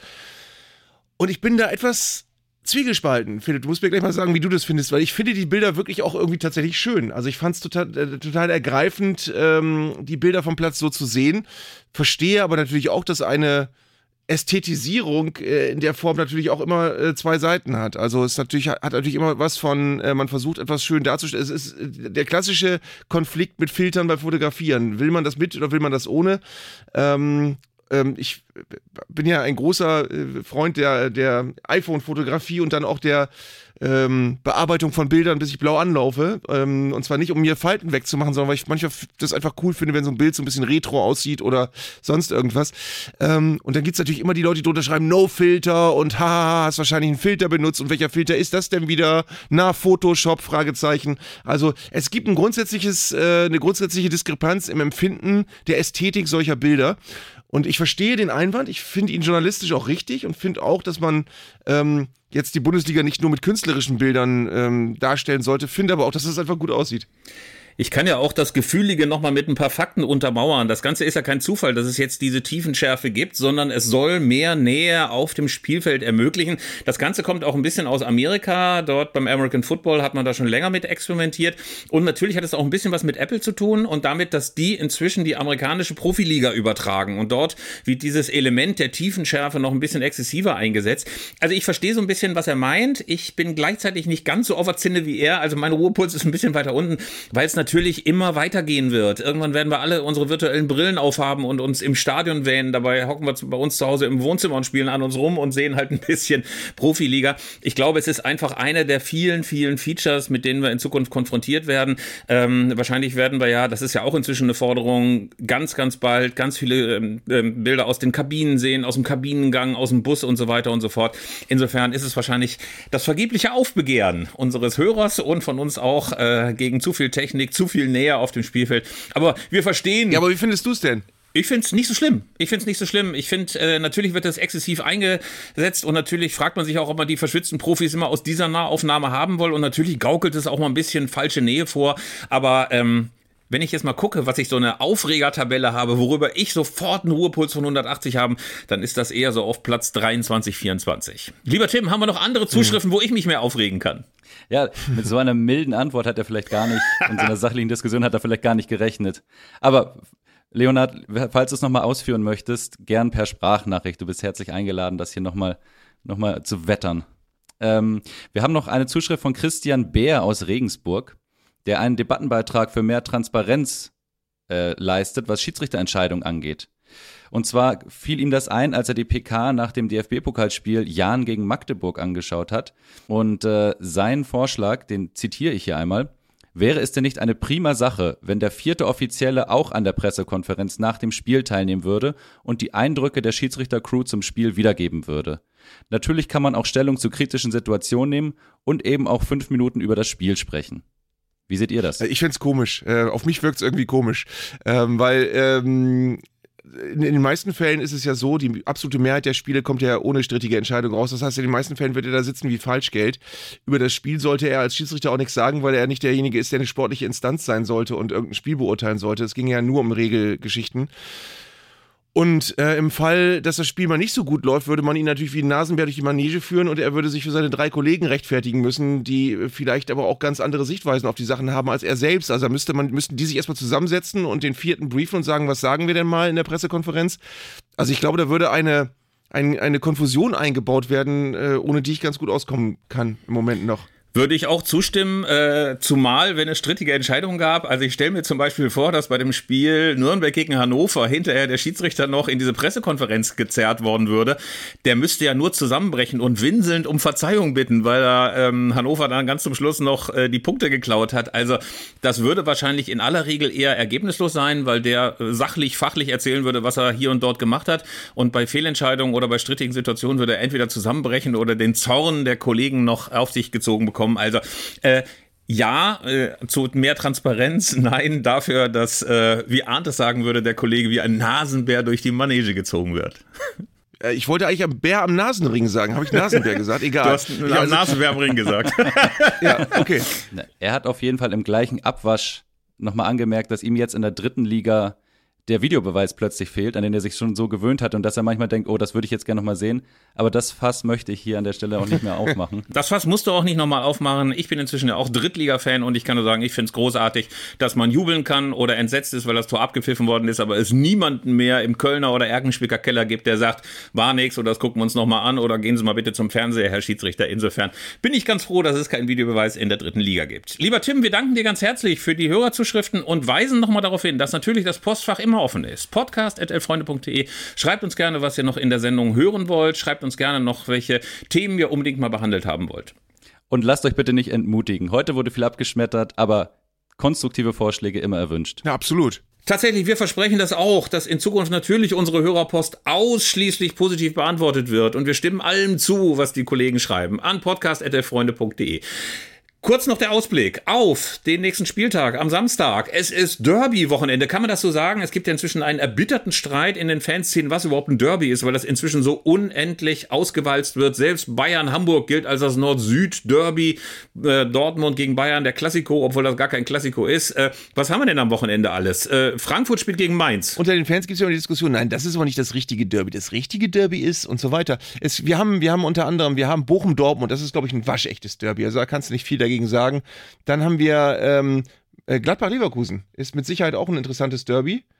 Und ich bin da etwas zwiegespalten, Philipp. Du musst mir gleich mal sagen, wie du das findest, weil ich finde die Bilder wirklich auch irgendwie tatsächlich schön. Also ich fand es total, äh, total ergreifend, ähm, die Bilder vom Platz so zu sehen. Verstehe aber natürlich auch, dass eine Ästhetisierung äh, in der Form natürlich auch immer äh, zwei Seiten hat. Also es natürlich, hat natürlich immer was von, äh, man versucht etwas schön darzustellen. Es ist äh, der klassische Konflikt mit Filtern beim Fotografieren. Will man das mit oder will man das ohne? Ähm, Ich bin ja ein großer Freund der, der iPhone-Fotografie und dann auch der ähm, Bearbeitung von Bildern, bis ich blau anlaufe. Ähm, und zwar nicht, um mir Falten wegzumachen, sondern weil ich manchmal das einfach cool finde, wenn so ein Bild so ein bisschen retro aussieht oder sonst irgendwas. Ähm, und dann gibt es natürlich immer die Leute, die drunter schreiben, no Filter und haha, hast wahrscheinlich einen Filter benutzt. Und welcher Filter ist das denn wieder? Na, Photoshop, Fragezeichen. Also es gibt ein grundsätzliches, äh, eine grundsätzliche Diskrepanz im Empfinden der Ästhetik solcher Bilder. Und ich verstehe den Einwand, ich finde ihn journalistisch auch richtig und finde auch, dass man ähm, jetzt die Bundesliga nicht nur mit künstlerischen Bildern ähm, darstellen sollte, finde aber auch, dass es einfach gut aussieht. Ich kann ja auch das Gefühlige nochmal mit ein paar Fakten untermauern. Das Ganze ist ja kein Zufall, dass es jetzt diese Tiefenschärfe gibt, sondern es soll mehr Nähe auf dem Spielfeld ermöglichen. Das Ganze kommt auch ein bisschen aus Amerika. Dort beim American Football hat man da schon länger mit experimentiert. Und natürlich hat es auch ein bisschen was mit Apple zu tun und damit, dass die inzwischen die amerikanische Profiliga übertragen. Und dort wird dieses Element der Tiefenschärfe noch ein bisschen exzessiver eingesetzt. Also ich verstehe so ein bisschen, was er meint. Ich bin gleichzeitig nicht ganz so auf der Zinne wie er. Also mein Ruhepuls ist ein bisschen weiter unten, weil es natürlich natürlich immer weitergehen wird. Irgendwann werden wir alle unsere virtuellen Brillen aufhaben und uns im Stadion wähnen. Dabei hocken wir bei uns zu Hause im Wohnzimmer und spielen an uns rum und sehen halt ein bisschen Profiliga. Ich glaube, es ist einfach eine der vielen, vielen Features, mit denen wir in Zukunft konfrontiert werden. Ähm, wahrscheinlich werden wir ja, das ist ja auch inzwischen eine Forderung, ganz, ganz bald ganz viele ähm, Bilder aus den Kabinen sehen, aus dem Kabinengang, aus dem Bus und so weiter und so fort. Insofern ist es wahrscheinlich das vergebliche Aufbegehren unseres Hörers und von uns auch äh, gegen zu viel Technik, zu viel Nähe auf dem Spielfeld. Aber wir verstehen. Ja, aber wie findest du es denn? Ich finde es nicht so schlimm. Ich finde es nicht so schlimm. Ich finde, äh, natürlich wird das exzessiv eingesetzt und natürlich fragt man sich auch, ob man die verschwitzten Profis immer aus dieser Nahaufnahme haben will und natürlich gaukelt es auch mal ein bisschen falsche Nähe vor. Aber ähm, wenn ich jetzt mal gucke, was ich so eine Aufregertabelle habe, worüber ich sofort einen Ruhepuls von hundertachtzig habe, dann ist das eher so auf Platz dreiundzwanzig, vierundzwanzig. Lieber Tim, haben wir noch andere Zuschriften, mhm. wo ich mich mehr aufregen kann? Ja, mit so einer milden Antwort hat er vielleicht gar nicht, und so einer sachlichen Diskussion hat er vielleicht gar nicht gerechnet. Aber Leonhard, falls du es nochmal ausführen möchtest, gern per Sprachnachricht. Du bist herzlich eingeladen, das hier nochmal noch mal zu wettern. Ähm, wir haben noch eine Zuschrift von Christian Bär aus Regensburg, der einen Debattenbeitrag für mehr Transparenz äh, leistet, was Schiedsrichterentscheidungen angeht. Und zwar fiel ihm das ein, als er die P K nach dem D F B-Pokalspiel Jahn gegen Magdeburg angeschaut hat. Und äh, sein Vorschlag, den zitiere ich hier einmal: Wäre es denn nicht eine prima Sache, wenn der vierte Offizielle auch an der Pressekonferenz nach dem Spiel teilnehmen würde und die Eindrücke der Schiedsrichtercrew zum Spiel wiedergeben würde? Natürlich kann man auch Stellung zu kritischen Situationen nehmen und eben auch fünf Minuten über das Spiel sprechen. Wie seht ihr das? Ich find's komisch. Äh, auf mich wirkt's irgendwie komisch. Ähm, weil ähm, in, in den meisten Fällen ist es ja so, die absolute Mehrheit der Spiele kommt ja ohne strittige Entscheidung raus. Das heißt, in den meisten Fällen wird er da sitzen wie Falschgeld. Über das Spiel sollte er als Schiedsrichter auch nichts sagen, weil er nicht derjenige ist, der eine sportliche Instanz sein sollte und irgendein Spiel beurteilen sollte. Es ging ja nur um Regelgeschichten. Und äh, im Fall, dass das Spiel mal nicht so gut läuft, würde man ihn natürlich wie ein Nasenbär durch die Manege führen und er würde sich für seine drei Kollegen rechtfertigen müssen, die vielleicht aber auch ganz andere Sichtweisen auf die Sachen haben als er selbst. Also müsste man, müssten die sich erstmal zusammensetzen und den vierten briefen und sagen, was sagen wir denn mal in der Pressekonferenz? Also ich glaube, da würde eine, ein, eine Konfusion eingebaut werden, äh, ohne die ich ganz gut auskommen kann im Moment noch. Würde ich auch zustimmen, äh, zumal wenn es strittige Entscheidungen gab. Also ich stelle mir zum Beispiel vor, dass bei dem Spiel Nürnberg gegen Hannover hinterher der Schiedsrichter noch in diese Pressekonferenz gezerrt worden würde. Der müsste ja nur zusammenbrechen und winselnd um Verzeihung bitten, weil er ähm, Hannover dann ganz zum Schluss noch äh, die Punkte geklaut hat. Also das würde wahrscheinlich in aller Regel eher ergebnislos sein, weil der äh, sachlich, fachlich erzählen würde, was er hier und dort gemacht hat. Und bei Fehlentscheidungen oder bei strittigen Situationen würde er entweder zusammenbrechen oder den Zorn der Kollegen noch auf sich gezogen bekommen. Also äh, ja, äh, zu mehr Transparenz, nein, dafür, dass, äh, wie Arndt es sagen würde, der Kollege wie ein Nasenbär durch die Manege gezogen wird. Äh, ich wollte eigentlich am Bär am Nasenring sagen. Habe ich Nasenbär gesagt? Egal. Du hast am also, Nasenbär am Ring gesagt. Ja, okay. Er hat auf jeden Fall im gleichen Abwasch nochmal angemerkt, dass ihm jetzt in der dritten Liga der Videobeweis plötzlich fehlt, an den er sich schon so gewöhnt hat und dass er manchmal denkt, oh, das würde ich jetzt gerne nochmal sehen. Aber das Fass möchte ich hier an der Stelle auch nicht mehr aufmachen. Das Fass musst du auch nicht nochmal aufmachen. Ich bin inzwischen ja auch Drittliga-Fan und ich kann nur sagen, ich finde es großartig, dass man jubeln kann oder entsetzt ist, weil das Tor abgepfiffen worden ist, aber es niemanden mehr im Kölner oder Erkenschwicker Keller gibt, der sagt, war nix oder das gucken wir uns nochmal an oder gehen Sie mal bitte zum Fernseher, Herr Schiedsrichter. Insofern bin ich ganz froh, dass es keinen Videobeweis in der dritten Liga gibt. Lieber Tim, wir danken dir ganz herzlich für die Hörerzuschriften und weisen nochmal darauf hin, dass natürlich das Postfach immer offen ist. Podcast at elf-freunde punkt de. Schreibt uns gerne, was ihr noch in der Sendung hören wollt. Schreibt uns gerne noch, welche Themen ihr unbedingt mal behandelt haben wollt. Und lasst euch bitte nicht entmutigen. Heute wurde viel abgeschmettert, aber konstruktive Vorschläge immer erwünscht. Ja, absolut. Tatsächlich, wir versprechen das auch, dass in Zukunft natürlich unsere Hörerpost ausschließlich positiv beantwortet wird. Und wir stimmen allem zu, was die Kollegen schreiben. An podcast at elf-freunde punkt de. Kurz noch der Ausblick auf den nächsten Spieltag am Samstag. Es ist Derby-Wochenende. Kann man das so sagen? Es gibt ja inzwischen einen erbitterten Streit in den Fanszenen, was überhaupt ein Derby ist, weil das inzwischen so unendlich ausgewalzt wird. Selbst Bayern-Hamburg gilt als das Nord-Süd-Derby. Äh, Dortmund gegen Bayern, der Klassiko, obwohl das gar kein Klassiko ist. Äh, was haben wir denn am Wochenende alles? Äh, Frankfurt spielt gegen Mainz. Unter den Fans gibt es ja immer die Diskussion, nein, das ist aber nicht das richtige Derby. Das richtige Derby ist und so weiter. Es, wir, haben, wir haben unter anderem, wir haben Bochum-Dortmund, das ist, glaube ich, ein waschechtes Derby. Also da kannst du nicht viel dagegen sagen. Dann haben wir ähm, Gladbach-Leverkusen. Ist mit Sicherheit auch ein interessantes Derby.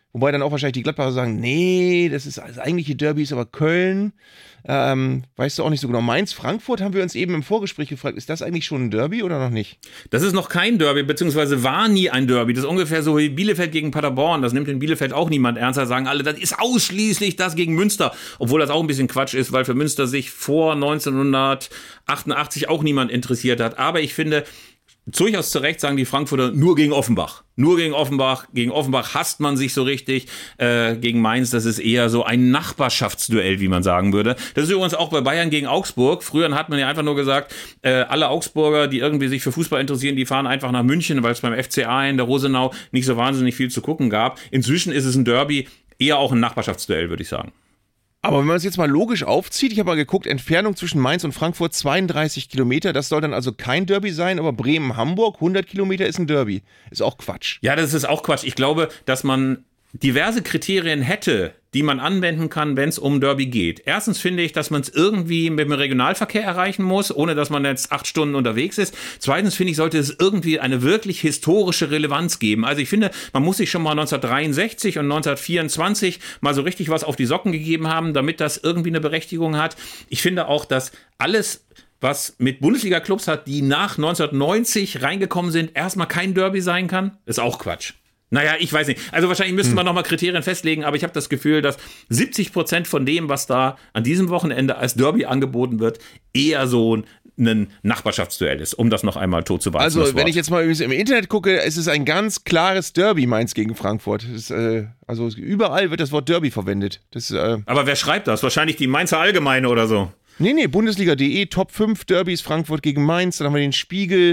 Wobei dann auch wahrscheinlich die Gladbacher sagen, nee, das ist das eigentliche Derby ist aber Köln. Ähm, weißt du auch nicht so genau. Mainz, Frankfurt haben wir uns eben im Vorgespräch gefragt, ist das eigentlich schon ein Derby oder noch nicht? Das ist noch kein Derby, beziehungsweise war nie ein Derby. Das ist ungefähr so wie Bielefeld gegen Paderborn. Das nimmt in Bielefeld auch niemand ernst. Da sagen alle, das ist ausschließlich das gegen Münster. Obwohl das auch ein bisschen Quatsch ist, weil für Münster sich vor neunzehnhundertachtundachtzig auch niemand interessiert hat. Aber ich finde, durchaus zu Recht sagen die Frankfurter nur gegen Offenbach. Nur gegen Offenbach. Gegen Offenbach hasst man sich so richtig. Äh, gegen Mainz, das ist eher so ein Nachbarschaftsduell, wie man sagen würde. Das ist übrigens auch bei Bayern gegen Augsburg. Früher hat man ja einfach nur gesagt, äh, alle Augsburger, die irgendwie sich für Fußball interessieren, die fahren einfach nach München, weil es beim F C A in der Rosenau nicht so wahnsinnig viel zu gucken gab. Inzwischen ist es ein Derby, eher auch ein Nachbarschaftsduell, würde ich sagen. Aber wenn man es jetzt mal logisch aufzieht, ich habe mal geguckt, Entfernung zwischen Mainz und Frankfurt zweiunddreißig Kilometer, das soll dann also kein Derby sein, aber Bremen-Hamburg, hundert Kilometer ist ein Derby. Ist auch Quatsch. Ja, das ist auch Quatsch. Ich glaube, dass man diverse Kriterien hätte, die man anwenden kann, wenn es um Derby geht. Erstens finde ich, dass man es irgendwie mit dem Regionalverkehr erreichen muss, ohne dass man jetzt acht Stunden unterwegs ist. Zweitens finde ich, sollte es irgendwie eine wirklich historische Relevanz geben. Also ich finde, man muss sich schon mal neunzehnhundertdreiundsechzig und neunzehnhundertvierundzwanzig mal so richtig was auf die Socken gegeben haben, damit das irgendwie eine Berechtigung hat. Ich finde auch, dass alles, was mit Bundesliga-Clubs hat, die nach neunzehnhundertneunzig reingekommen sind, erstmal kein Derby sein kann, ist auch Quatsch. Naja, ich weiß nicht. Also wahrscheinlich müsste man nochmal Kriterien festlegen, aber ich habe das Gefühl, dass siebzig Prozent von dem, was da an diesem Wochenende als Derby angeboten wird, eher so ein Nachbarschaftsduell ist, um das noch einmal tot zu warten. Also wenn ich jetzt mal im Internet gucke, ist es ein ganz klares Derby, Mainz gegen Frankfurt. Das ist, äh, also überall wird das Wort Derby verwendet. Das, äh aber wer schreibt das? Wahrscheinlich die Mainzer Allgemeine oder so. Nee, nee, Bundesliga punkt de, Top fünf Derbys, Frankfurt gegen Mainz. Dann haben wir den Spiegel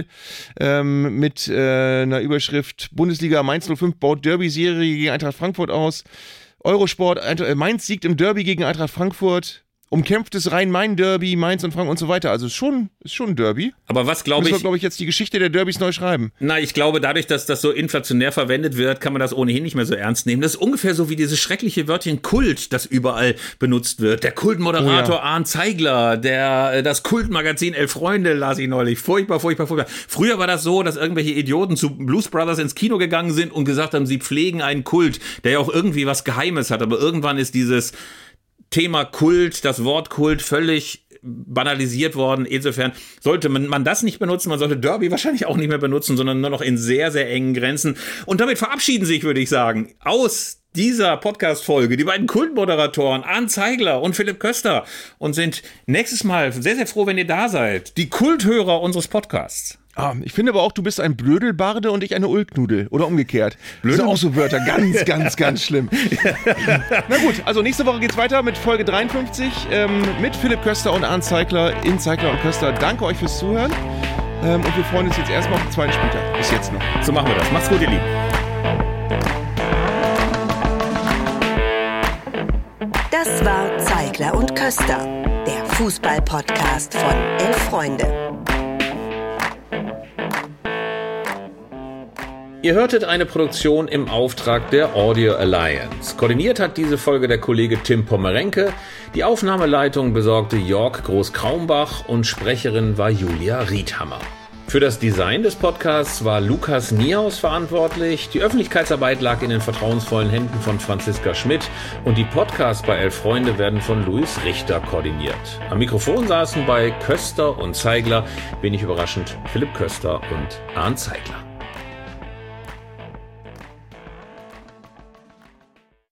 ähm, mit äh, einer Überschrift Bundesliga Mainz null fünf baut Derby-Serie gegen Eintracht Frankfurt aus. Eurosport, äh, Mainz siegt im Derby gegen Eintracht Frankfurt. Umkämpftes Rhein-Main-Derby, Mainz und Frankfurt und so weiter. Also ist schon, ist schon ein Derby. Aber was glaube ich... Müssen wir, glaube ich, jetzt die Geschichte der Derbys neu schreiben. Na, ich glaube, dadurch, dass das so inflationär verwendet wird, kann man das ohnehin nicht mehr so ernst nehmen. Das ist ungefähr so wie dieses schreckliche Wörtchen Kult, das überall benutzt wird. Der Kultmoderator oh ja. Arndt Zeigler, der, das Kultmagazin Elf Freunde las ich neulich. Furchtbar, furchtbar, furchtbar. Früher war das so, dass irgendwelche Idioten zu Blues Brothers ins Kino gegangen sind und gesagt haben, sie pflegen einen Kult, der ja auch irgendwie was Geheimes hat. Aber irgendwann ist dieses Thema Kult, das Wort Kult völlig banalisiert worden. Insofern sollte man, man das nicht benutzen, man sollte Derby wahrscheinlich auch nicht mehr benutzen, sondern nur noch in sehr, sehr engen Grenzen. Und damit verabschieden sich, würde ich sagen, aus dieser Podcast-Folge die beiden Kultmoderatoren Arndt Zeigler und Philipp Köster und sind nächstes Mal sehr, sehr froh, wenn ihr da seid. Die Kulthörer unseres Podcasts. Ah, ich finde aber auch, du bist ein Blödelbarde und ich eine Ulknudel. Oder umgekehrt. Blödel? Das sind auch so Wörter. Ganz, ganz, ganz schlimm. Na gut, also nächste Woche geht's weiter mit Folge dreiundfünfzig ähm, mit Philipp Köster und Arndt Zeigler in Zeigler und Köster. Danke euch fürs Zuhören. Ähm, und wir freuen uns jetzt erstmal auf den zweiten Spieltag. Bis jetzt noch. So machen wir das. Macht's gut, ihr Lieben. Das war Zeigler und Köster, der Fußball-Podcast von Elf Freunde. Ihr hörtet eine Produktion im Auftrag der Audio Alliance. Koordiniert hat diese Folge der Kollege Tim Pommerenke. Die Aufnahmeleitung besorgte Jörg Groß-Kraumbach und Sprecherin war Julia Riedhammer. Für das Design des Podcasts war Lukas Niehaus verantwortlich. Die Öffentlichkeitsarbeit lag in den vertrauensvollen Händen von Franziska Schmidt und die Podcasts bei Elf Freunde werden von Luis Richter koordiniert. Am Mikrofon saßen bei Köster und Zeigler, wenig überraschend, Philipp Köster und Arndt Zeigler.